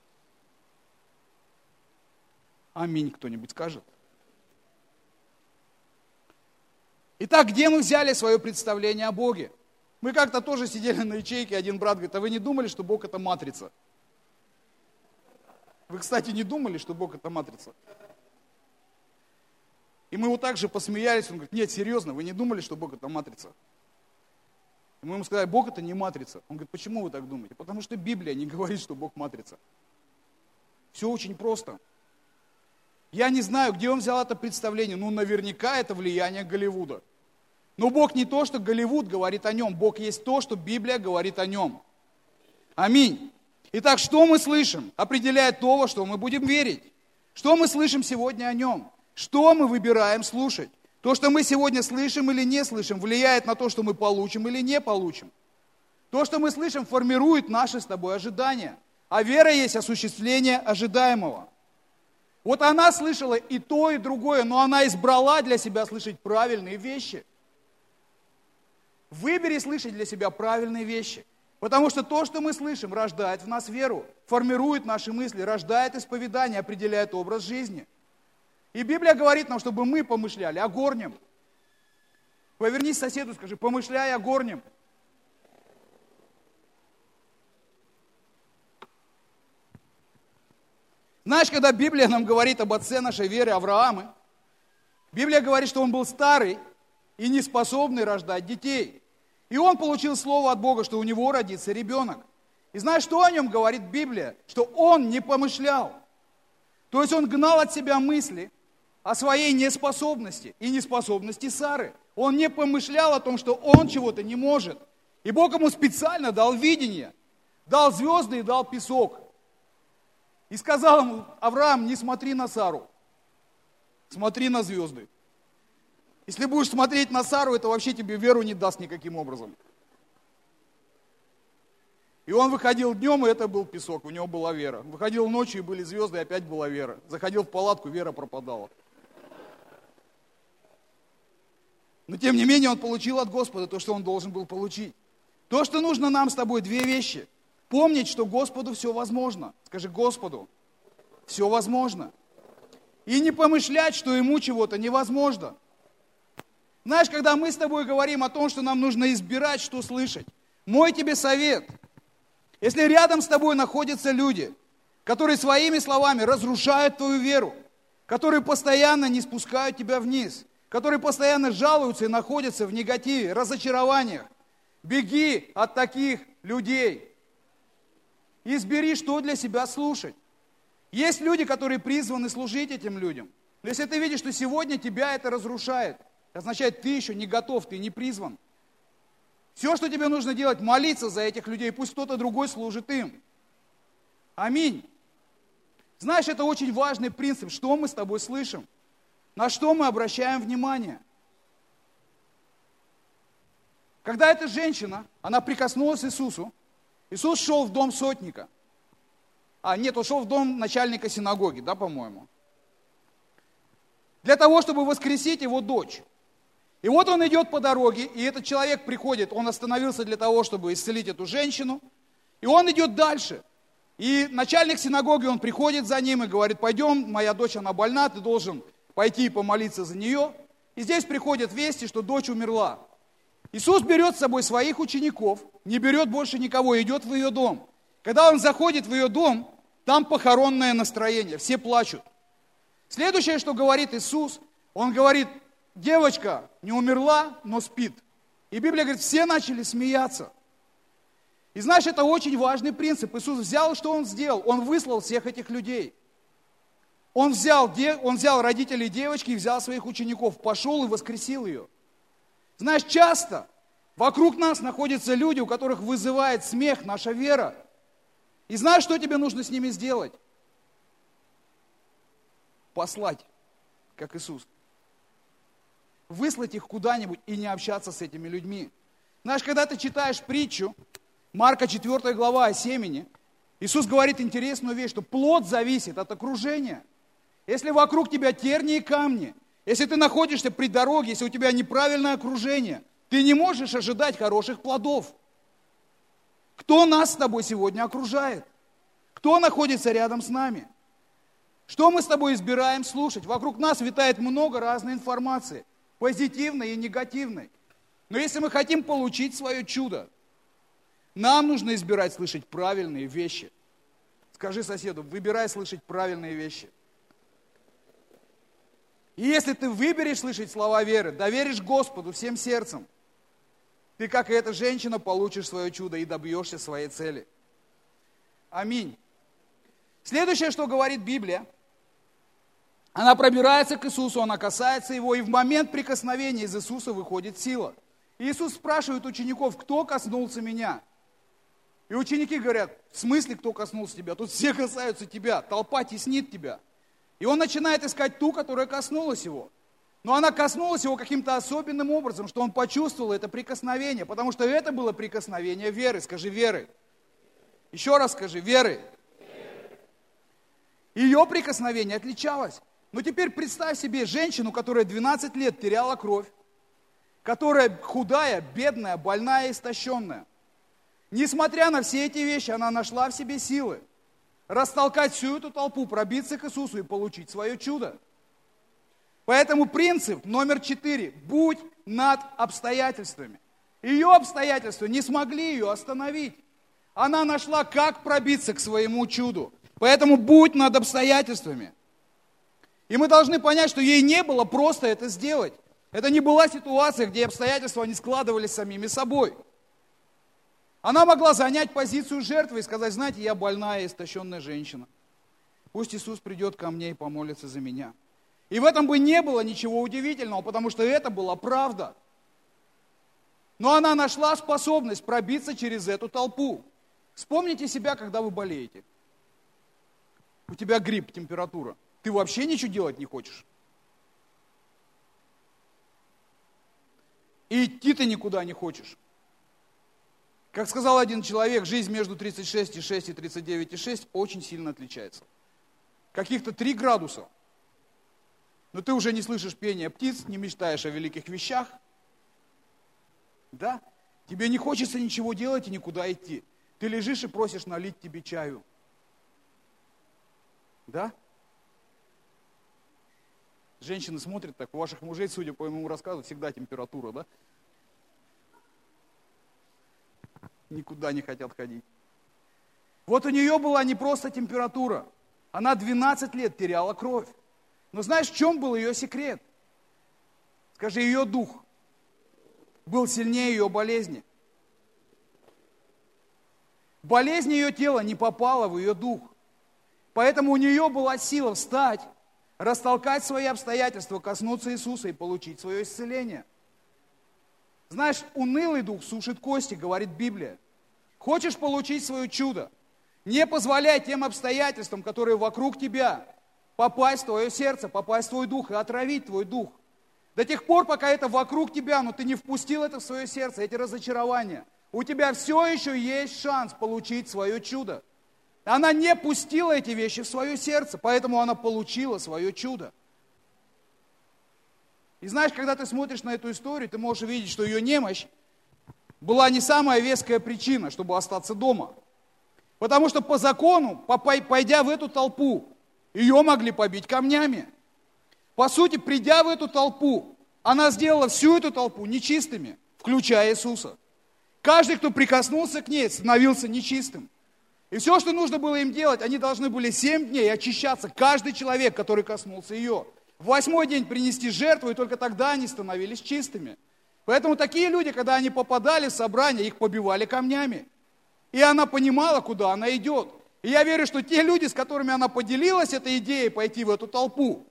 Speaker 1: Аминь, кто-нибудь скажет? Итак, где мы взяли свое представление о Боге? Мы как-то тоже сидели на ячейке, один брат говорит: а вы не думали, что Бог это матрица? Вы, кстати, не думали, что Бог это матрица? И мы его также посмеялись, он говорит: нет, серьезно, вы не думали, что Бог это матрица? И мы ему сказали: Бог это не матрица. Он говорит: почему вы так думаете? Потому что Библия не говорит, что Бог матрица. Все очень просто. Я не знаю, где он взял это представление, но наверняка это влияние Голливуда. Но Бог не то, что Голливуд говорит о нем, Бог есть то, что Библия говорит о нем. Аминь. Итак, что мы слышим, определяет то, во что мы будем верить. Что мы слышим сегодня о нем? Что мы выбираем слушать? То, что мы сегодня слышим или не слышим, влияет на то, что мы получим или не получим. То, что мы слышим, формирует наши с тобой ожидания. А вера есть осуществление ожидаемого. Вот она слышала и то, и другое, но она избрала для себя слышать правильные вещи. Выбери слышать для себя правильные вещи. Потому что то, что мы слышим, рождает в нас веру, формирует наши мысли, рождает исповедание, определяет образ жизни. И Библия говорит нам, чтобы мы помышляли о горнем. Повернись к соседу, скажи: помышляй о горнем. Знаешь, когда Библия нам говорит об отце нашей веры Аврааме, Библия говорит, что он был старый и не способный рождать детей. И он получил слово от Бога, что у него родится ребенок. И знаешь, что о нем говорит Библия? Что он не помышлял. То есть он гнал от себя мысли о своей неспособности и неспособности Сары. Он не помышлял о том, что он чего-то не может. И Бог ему специально дал видение, дал звезды и дал песок. И сказал ему: Авраам, не смотри на Сару, смотри на звезды. Если будешь смотреть на Сару, это вообще тебе веру не даст никаким образом. И он выходил днем, и это был песок, у него была вера. Выходил ночью, и были звезды, и опять была вера. Заходил в палатку, вера пропадала. Но тем не менее он получил от Господа то, что он должен был получить. То, что нужно нам с тобой, две вещи. Помнить, что Господу все возможно. Скажи: Господу все возможно. И не помышлять, что Ему чего-то невозможно. Знаешь, когда мы с тобой говорим о том, что нам нужно избирать, что слышать, мой тебе совет. Если рядом с тобой находятся люди, которые своими словами разрушают твою веру, которые постоянно не спускают тебя вниз, которые постоянно жалуются и находятся в негативе, разочарованиях, беги от таких людей. Избери, что для себя слушать. Есть люди, которые призваны служить этим людям. Но если ты видишь, что сегодня тебя это разрушает, это означает, ты еще не готов, ты не призван. Все, что тебе нужно делать, молиться за этих людей, пусть кто-то другой служит им. Аминь. Знаешь, это очень важный принцип, что мы с тобой слышим, на что мы обращаем внимание. Когда эта женщина, она прикоснулась к Иисусу, Иисус шел в дом сотника. А, нет, он шел в дом начальника синагоги, да, по-моему. Для того, чтобы воскресить его дочь. И вот он идет по дороге, и этот человек приходит, он остановился для того, чтобы исцелить эту женщину, и он идет дальше. И начальник синагоги, он приходит за ним и говорит: пойдем, моя дочь, она больна, ты должен пойти и помолиться за нее. И здесь приходят вести, что дочь умерла. Иисус берет с собой своих учеников, не берет больше никого, идет в ее дом. Когда он заходит в ее дом, там похоронное настроение, все плачут. Следующее, что говорит Иисус, он говорит: девочка не умерла, но спит. И Библия говорит, все начали смеяться. И знаешь, это очень важный принцип. Иисус взял, что Он сделал? Он выслал всех этих людей. Он взял, он взял родителей девочки и взял своих учеников, пошел и воскресил ее. Знаешь, часто вокруг нас находятся люди, у которых вызывает смех наша вера. И знаешь, что тебе нужно с ними сделать? Послать, как Иисус. Выслать их куда-нибудь и не общаться с этими людьми. Знаешь, когда ты читаешь притчу, Марка четвёртая глава о семени, Иисус говорит интересную вещь, что плод зависит от окружения. Если вокруг тебя тернии и камни, если ты находишься при дороге, если у тебя неправильное окружение, ты не можешь ожидать хороших плодов. Кто нас с тобой сегодня окружает? Кто находится рядом с нами? Что мы с тобой избираем слушать? Вокруг нас витает много разной информации, позитивной и негативной. Но если мы хотим получить свое чудо, нам нужно избирать слышать правильные вещи. Скажи соседу: выбирай слышать правильные вещи. И если ты выберешь слышать слова веры, доверишь Господу всем сердцем, ты, как и эта женщина, получишь свое чудо и добьешься своей цели. Аминь. Следующее, что говорит Библия, она пробирается к Иисусу, она касается Его, и в момент прикосновения из Иисуса выходит сила. И Иисус спрашивает учеников: кто коснулся меня? И ученики говорят: в смысле, кто коснулся тебя? Тут все касаются тебя, толпа теснит тебя. И он начинает искать ту, которая коснулась его. Но она коснулась его каким-то особенным образом, что он почувствовал это прикосновение, потому что это было прикосновение веры. Скажи: веры. Еще раз скажи: веры. Ее прикосновение отличалось. Но теперь представь себе женщину, которая двенадцать лет теряла кровь, которая худая, бедная, больная и истощенная. Несмотря на все эти вещи, она нашла в себе силы растолкать всю эту толпу, пробиться к Иисусу и получить свое чудо. Поэтому принцип номер четыре: будь над обстоятельствами. Ее обстоятельства не смогли ее остановить. Она нашла, как пробиться к своему чуду. Поэтому будь над обстоятельствами. И мы должны понять, что ей не было просто это сделать. Это не была ситуация, где обстоятельства не складывались самими собой. Она могла занять позицию жертвы и сказать: знаете, я больная, истощенная женщина. Пусть Иисус придет ко мне и помолится за меня. И в этом бы не было ничего удивительного, потому что это была правда. Но она нашла способность пробиться через эту толпу. Вспомните себя, когда вы болеете. У тебя грипп, температура. Ты вообще ничего делать не хочешь. И идти ты никуда не хочешь. Как сказал один человек, жизнь между тридцать шесть и шесть и тридцать девять и шесть очень сильно отличается. Каких-то три градуса. Но ты уже не слышишь пения птиц, не мечтаешь о великих вещах. Да? Тебе не хочется ничего делать и никуда идти. Ты лежишь и просишь налить тебе чаю. Да? Женщины смотрят так, у ваших мужей, судя по моему рассказу, всегда температура, да? Никуда не хотят ходить. Вот у нее была не просто температура. Она двенадцать лет теряла кровь. Но знаешь, в чем был ее секрет? Скажи: ее дух был сильнее ее болезни. Болезнь ее тела не попала в ее дух. Поэтому у нее была сила встать, растолкать свои обстоятельства, коснуться Иисуса и получить свое исцеление. Знаешь, унылый дух сушит кости, говорит Библия. Хочешь получить свое чудо? Не позволяй тем обстоятельствам, которые вокруг тебя, попасть в твое сердце, попасть в твой дух и отравить твой дух. До тех пор, пока это вокруг тебя, но ты не впустил это в свое сердце, эти разочарования, у тебя все еще есть шанс получить свое чудо. Она не пустила эти вещи в свое сердце, поэтому она получила свое чудо. И знаешь, когда ты смотришь на эту историю, ты можешь увидеть, что ее немощь была не самая веская причина, чтобы остаться дома. Потому что по закону, пойдя в эту толпу, ее могли побить камнями. По сути, придя в эту толпу, она сделала всю эту толпу нечистыми, включая Иисуса. Каждый, кто прикоснулся к ней, становился нечистым. И все, что нужно было им делать, они должны были семь дней очищаться, каждый человек, который коснулся ее. В восьмой день принести жертву, и только тогда они становились чистыми. Поэтому такие люди, когда они попадали в собрание, их побивали камнями. И она понимала, куда она идет. И я верю, что те люди, с которыми она поделилась этой идеей пойти в эту толпу,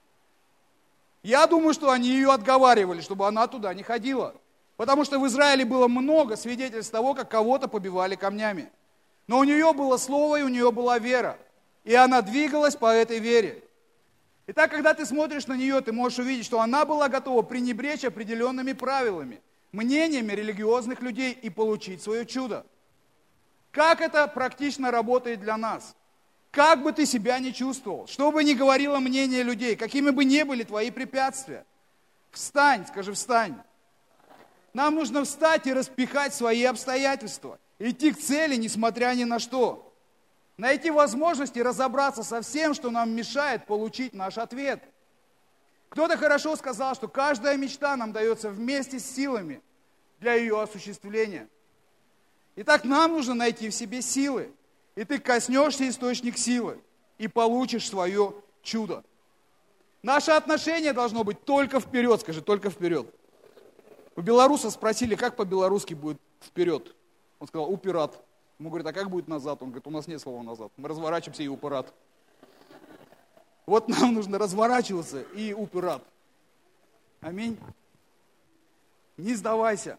Speaker 1: я думаю, что они ее отговаривали, чтобы она туда не ходила. Потому что в Израиле было много свидетельств того, как кого-то побивали камнями. Но у нее было слово, и у нее была вера. И она двигалась по этой вере. Итак, когда ты смотришь на нее, ты можешь увидеть, что она была готова пренебречь определенными правилами, мнениями религиозных людей и получить свое чудо. Как это практично работает для нас? Как бы ты себя ни чувствовал, что бы ни говорило мнение людей, какими бы ни были твои препятствия, встань, скажи, встань. Нам нужно встать и распихать свои обстоятельства, идти к цели, несмотря ни на что. Найти возможности разобраться со всем, что нам мешает получить наш ответ. Кто-то хорошо сказал, что каждая мечта нам дается вместе с силами для ее осуществления. Итак, нам нужно найти в себе силы. И ты коснешься источник силы и получишь свое чудо. Наше отношение должно быть только вперед, скажи, только вперед. У белоруса спросили, как по-белорусски будет вперед. Он сказал, уперат. Ему говорят, а как будет назад? Он говорит, у нас нет слова назад. Мы разворачиваемся и уперат. Вот нам нужно разворачиваться и уперат. Аминь. Не сдавайся.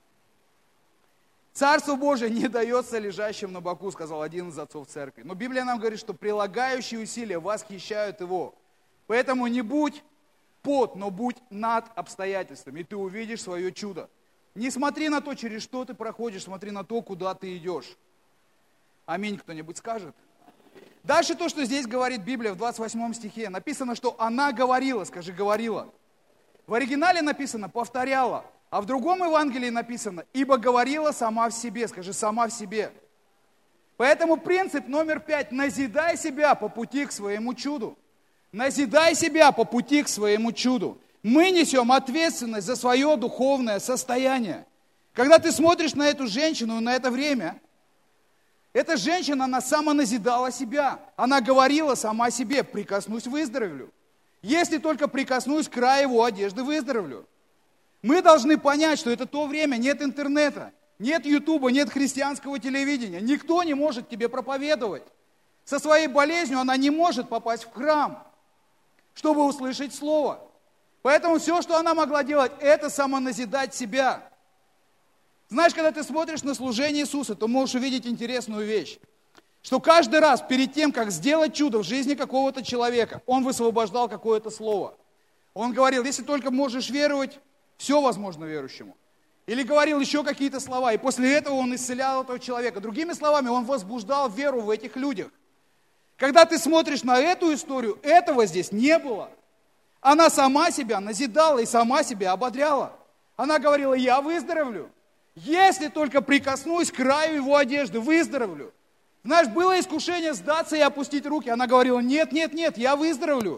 Speaker 1: Царство Божие не дается лежащим на боку, сказал один из отцов церкви. Но Библия нам говорит, что прилагающие усилия восхищают его. Поэтому не будь под, но будь над обстоятельствами, и ты увидишь свое чудо. Не смотри на то, через что ты проходишь, смотри на то, куда ты идешь. Аминь, кто-нибудь скажет? Дальше то, что здесь говорит Библия в двадцать восьмом стихе. Написано, что она говорила, скажи, говорила. В оригинале написано, повторяла. А в другом Евангелии написано, ибо говорила сама в себе, скажи, сама в себе. Поэтому принцип номер пять, назидай себя по пути к своему чуду. Назидай себя по пути к своему чуду. Мы несем ответственность за свое духовное состояние. Когда ты смотришь на эту женщину, на это время, эта женщина, она самоназидала себя. Она говорила сама себе, прикоснусь, выздоровлю. Если только прикоснусь к краю его одежды, выздоровлю. Мы должны понять, что это то время, нет интернета, нет ютуба, нет христианского телевидения. Никто не может тебе проповедовать. Со своей болезнью она не может попасть в храм, чтобы услышать слово. Поэтому все, что она могла делать, это самоназидать себя. Знаешь, когда ты смотришь на служение Иисуса, то можешь увидеть интересную вещь. Что каждый раз перед тем, как сделать чудо в жизни какого-то человека, он высвобождал какое-то слово. Он говорил, если только можешь веровать, все возможно верующему. Или говорил еще какие-то слова, и после этого он исцелял этого человека. Другими словами, он возбуждал веру в этих людях. Когда ты смотришь на эту историю, этого здесь не было. Она сама себя назидала и сама себя ободряла. Она говорила, я выздоровлю. Если только прикоснусь к краю его одежды, выздоровлю. Знаешь, было искушение сдаться и опустить руки. Она говорила, нет, нет, нет, я выздоровлю.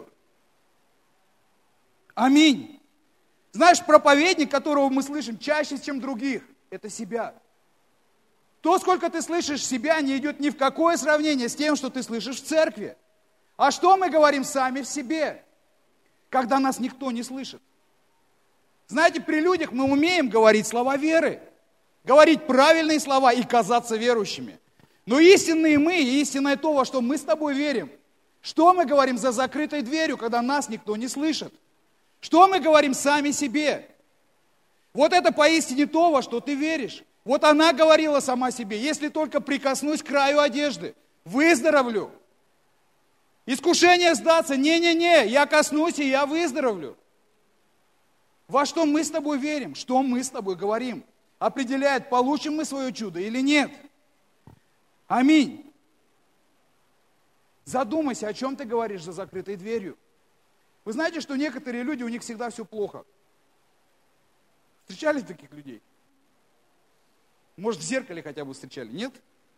Speaker 1: Аминь. Знаешь, проповедник, которого мы слышим чаще, чем других, это себя. То, сколько ты слышишь себя, не идет ни в какое сравнение с тем, что ты слышишь в церкви. А что мы говорим сами в себе, когда нас никто не слышит? Знаете, при людях мы умеем говорить слова веры, говорить правильные слова и казаться верующими. Но истинные мы, и истинное то, во что мы с тобой верим, что мы говорим за закрытой дверью, когда нас никто не слышит? Что мы говорим сами себе? Вот это поистине то, во что ты веришь. Вот она говорила сама себе, если только прикоснусь к краю одежды, выздоровлю. Искушение сдаться, не-не-не, я коснусь и я выздоровлю. Во что мы с тобой верим, что мы с тобой говорим, определяет, получим мы свое чудо или нет. Аминь. Задумайся, о чем ты говоришь за закрытой дверью. Вы знаете, что некоторые люди, у них всегда все плохо? Встречали таких людей? Может, в зеркале хотя бы встречали? Нет?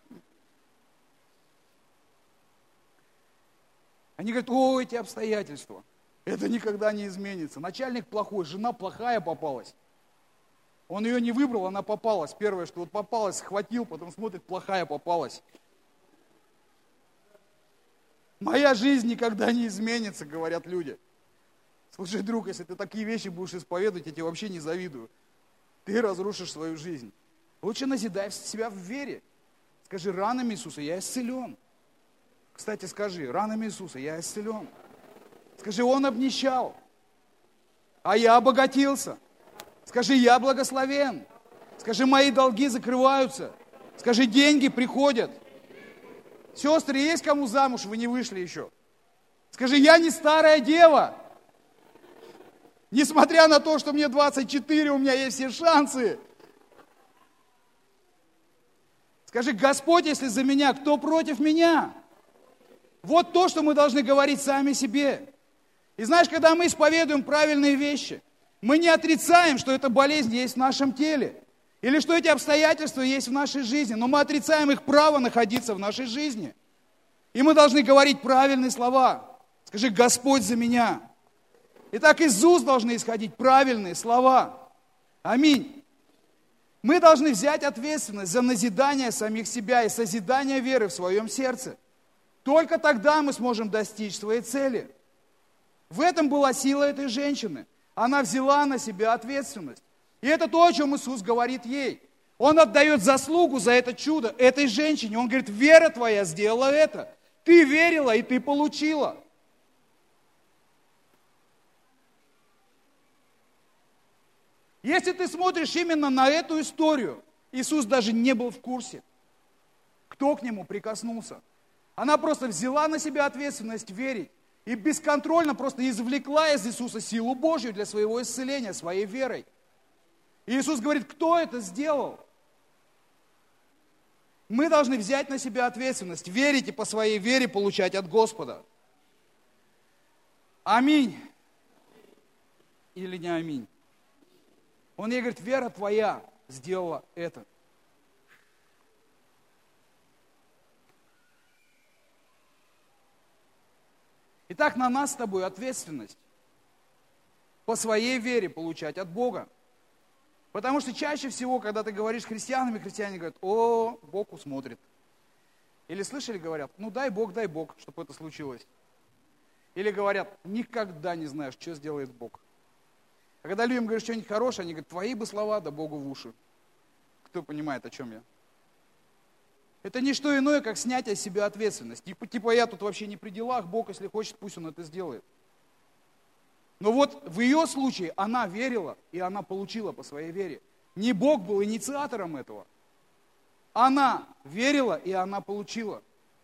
Speaker 1: Они говорят, о, эти обстоятельства. Это никогда не изменится. Начальник плохой, жена плохая попалась. Он ее не выбрал, она попалась. Первое, что вот попалась, схватил, потом смотрит, плохая попалась. Моя жизнь никогда не изменится, говорят люди. Слушай, друг, если ты такие вещи будешь исповедовать, я тебе вообще не завидую. Ты разрушишь свою жизнь. Лучше назидай себя в вере. Скажи, ранами Иисуса я исцелен. Кстати, скажи, ранами Иисуса я исцелен. Скажи, Он обнищал, а я обогатился. Скажи, я благословен. Скажи, мои долги закрываются. Скажи, деньги приходят. Сестры, есть кому замуж, вы не вышли еще? Скажи, я не старая дева. Несмотря на то, что мне двадцать четыре, у меня есть все шансы. Скажи, Господь, если за меня, кто против меня? Вот то, что мы должны говорить сами себе. И знаешь, когда мы исповедуем правильные вещи, мы не отрицаем, что эта болезнь есть в нашем теле, или что эти обстоятельства есть в нашей жизни, но мы отрицаем их право находиться в нашей жизни. И мы должны говорить правильные слова. Скажи, Господь за меня. Итак, из уст должны исходить правильные слова. Аминь. Мы должны взять ответственность за назидание самих себя и созидание веры в своем сердце. Только тогда мы сможем достичь своей цели. В этом была сила этой женщины. Она взяла на себя ответственность. И это то, о чем Иисус говорит ей. Он отдает заслугу за это чудо этой женщине. Он говорит, вера твоя сделала это. Ты верила, и ты получила. Если ты смотришь именно на эту историю, Иисус даже не был в курсе, кто к нему прикоснулся. Она просто взяла на себя ответственность верить и бесконтрольно просто извлекла из Иисуса силу Божью для своего исцеления, своей верой. И Иисус говорит, кто это сделал? Мы должны взять на себя ответственность, верить и по своей вере получать от Господа. Аминь. Или не аминь? Он ей говорит, вера твоя сделала это. Итак, на нас с тобой ответственность по своей вере получать от Бога. Потому что чаще всего, когда ты говоришь с христианами, христиане говорят, о, Бог усмотрит. Или слышали, говорят, ну дай Бог, дай Бог, чтобы это случилось. Или говорят, никогда не знаешь, что сделает Бог. А когда людям говоришь что-нибудь хорошее, они говорят, твои бы слова, да Богу в уши. Кто понимает, о чем я? Это не что иное, как снятие с себя ответственности. Типа, типа я тут вообще не при делах, Бог, если хочет, пусть Он это сделает. Но вот в ее случае она верила, и она получила по своей вере. Не Бог был инициатором этого. Она верила, и она получила.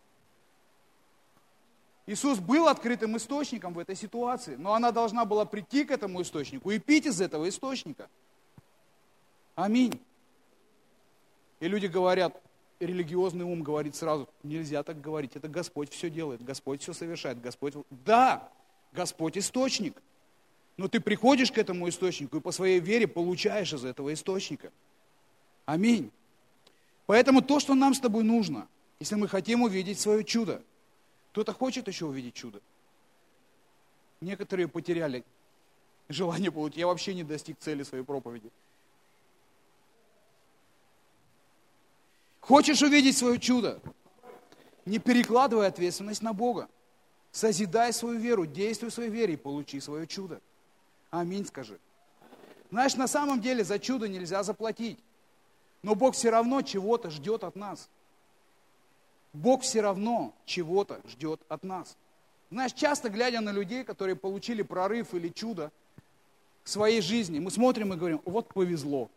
Speaker 1: Иисус был открытым источником в этой ситуации, но она должна была прийти к этому источнику и пить из этого источника. Аминь. И люди говорят, религиозный ум говорит сразу, нельзя так говорить, это Господь все делает, Господь все совершает, Господь... Да, Господь источник, но ты приходишь к этому источнику и по своей вере получаешь из этого источника. Аминь. Поэтому то, что нам с тобой нужно, если мы хотим увидеть свое чудо, кто-то хочет еще увидеть чудо. Некоторые потеряли желание получить. Я вообще не достиг цели своей проповеди. Хочешь увидеть свое чудо? Не перекладывай ответственность на Бога. Созидай свою веру, действуй в своей вере и получи свое чудо. Аминь, скажи. Знаешь, на самом деле за чудо нельзя заплатить. Но Бог все равно чего-то ждет от нас. Бог все равно чего-то ждет от нас. Знаешь, часто глядя на людей, которые получили прорыв или чудо в своей жизни, мы смотрим и говорим, вот повезло.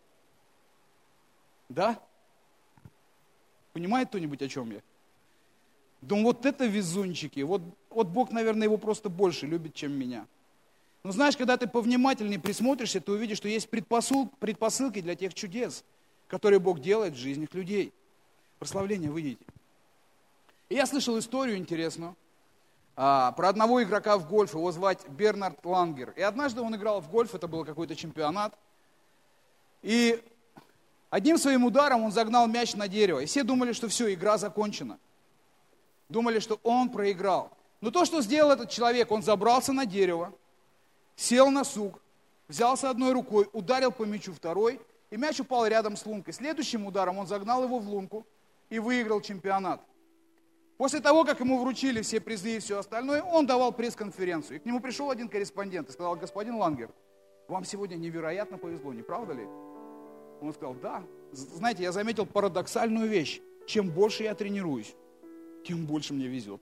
Speaker 1: Да? Понимает кто-нибудь, о чем я? Думаю, вот это везунчики, вот, вот Бог, наверное, его просто больше любит, чем меня. Но знаешь, когда ты повнимательнее присмотришься, ты увидишь, что есть предпосыл, предпосылки для тех чудес, которые Бог делает в жизнях людей. Прославление, выйдите. И я слышал историю интересную а, про одного игрока в гольф, его звать Бернард Лангер. И однажды он играл в гольф, это был какой-то чемпионат. И одним своим ударом он загнал мяч на дерево. И все думали, что все, игра закончена. Думали, что он проиграл. Но то, что сделал этот человек, он забрался на дерево, сел на сук, взялся одной рукой, ударил по мячу второй, и мяч упал рядом с лункой. Следующим ударом он загнал его в лунку и выиграл чемпионат. После того, как ему вручили все призы и все остальное, он давал пресс-конференцию. И к нему пришел один корреспондент и сказал: господин Лангер, вам сегодня невероятно повезло, не правда ли? Он сказал: да. Знаете, я заметил парадоксальную вещь. Чем больше я тренируюсь, тем больше мне везет.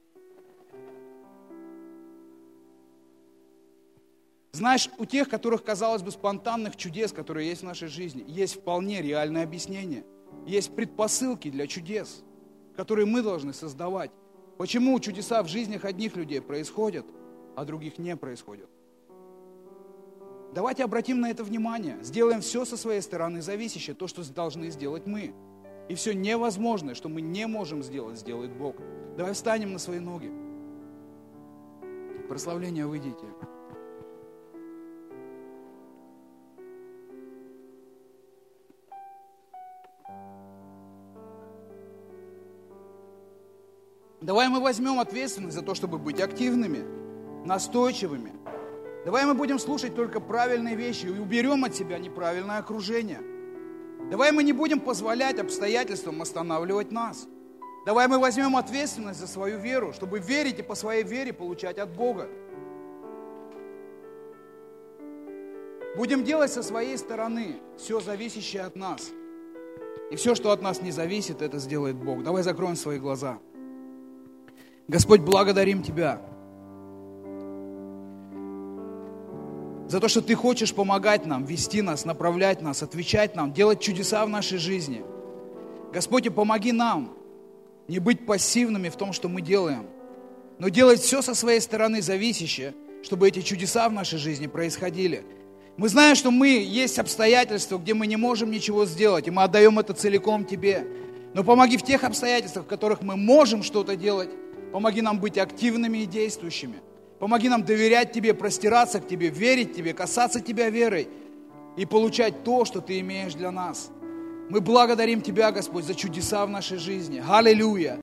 Speaker 1: Знаешь, у тех, которых, казалось бы, спонтанных чудес, которые есть в нашей жизни, есть вполне реальное объяснение. Есть предпосылки для чудес, которые мы должны создавать. Почему чудеса в жизнях одних людей происходят, а других не происходят? Давайте обратим на это внимание. Сделаем все со своей стороны зависящее, то, что должны сделать мы. И все невозможное, что мы не можем сделать, сделает Бог. Давай встанем на свои ноги. Прославление, выйдите. Давай мы возьмем ответственность за то, чтобы быть активными, настойчивыми. Давай мы будем слушать только правильные вещи и уберем от себя неправильное окружение. Давай мы не будем позволять обстоятельствам останавливать нас. Давай мы возьмем ответственность за свою веру, чтобы верить и по своей вере получать от Бога. Будем делать со своей стороны все зависящее от нас. И все, что от нас не зависит, это сделает Бог. Давай закроем свои глаза. Господь, благодарим Тебя за то, что Ты хочешь помогать нам, вести нас, направлять нас, отвечать нам, делать чудеса в нашей жизни. Господь, и помоги нам не быть пассивными в том, что мы делаем, но делать все со своей стороны зависящее, чтобы эти чудеса в нашей жизни происходили. Мы знаем, что мы есть обстоятельства, где мы не можем ничего сделать, и мы отдаем это целиком Тебе. Но помоги в тех обстоятельствах, в которых мы можем что-то делать, помоги нам быть активными и действующими. Помоги нам доверять Тебе, простираться к Тебе, верить Тебе, касаться Тебя верой и получать то, что Ты имеешь для нас. Мы благодарим Тебя, Господь, за чудеса в нашей жизни. Аллилуйя!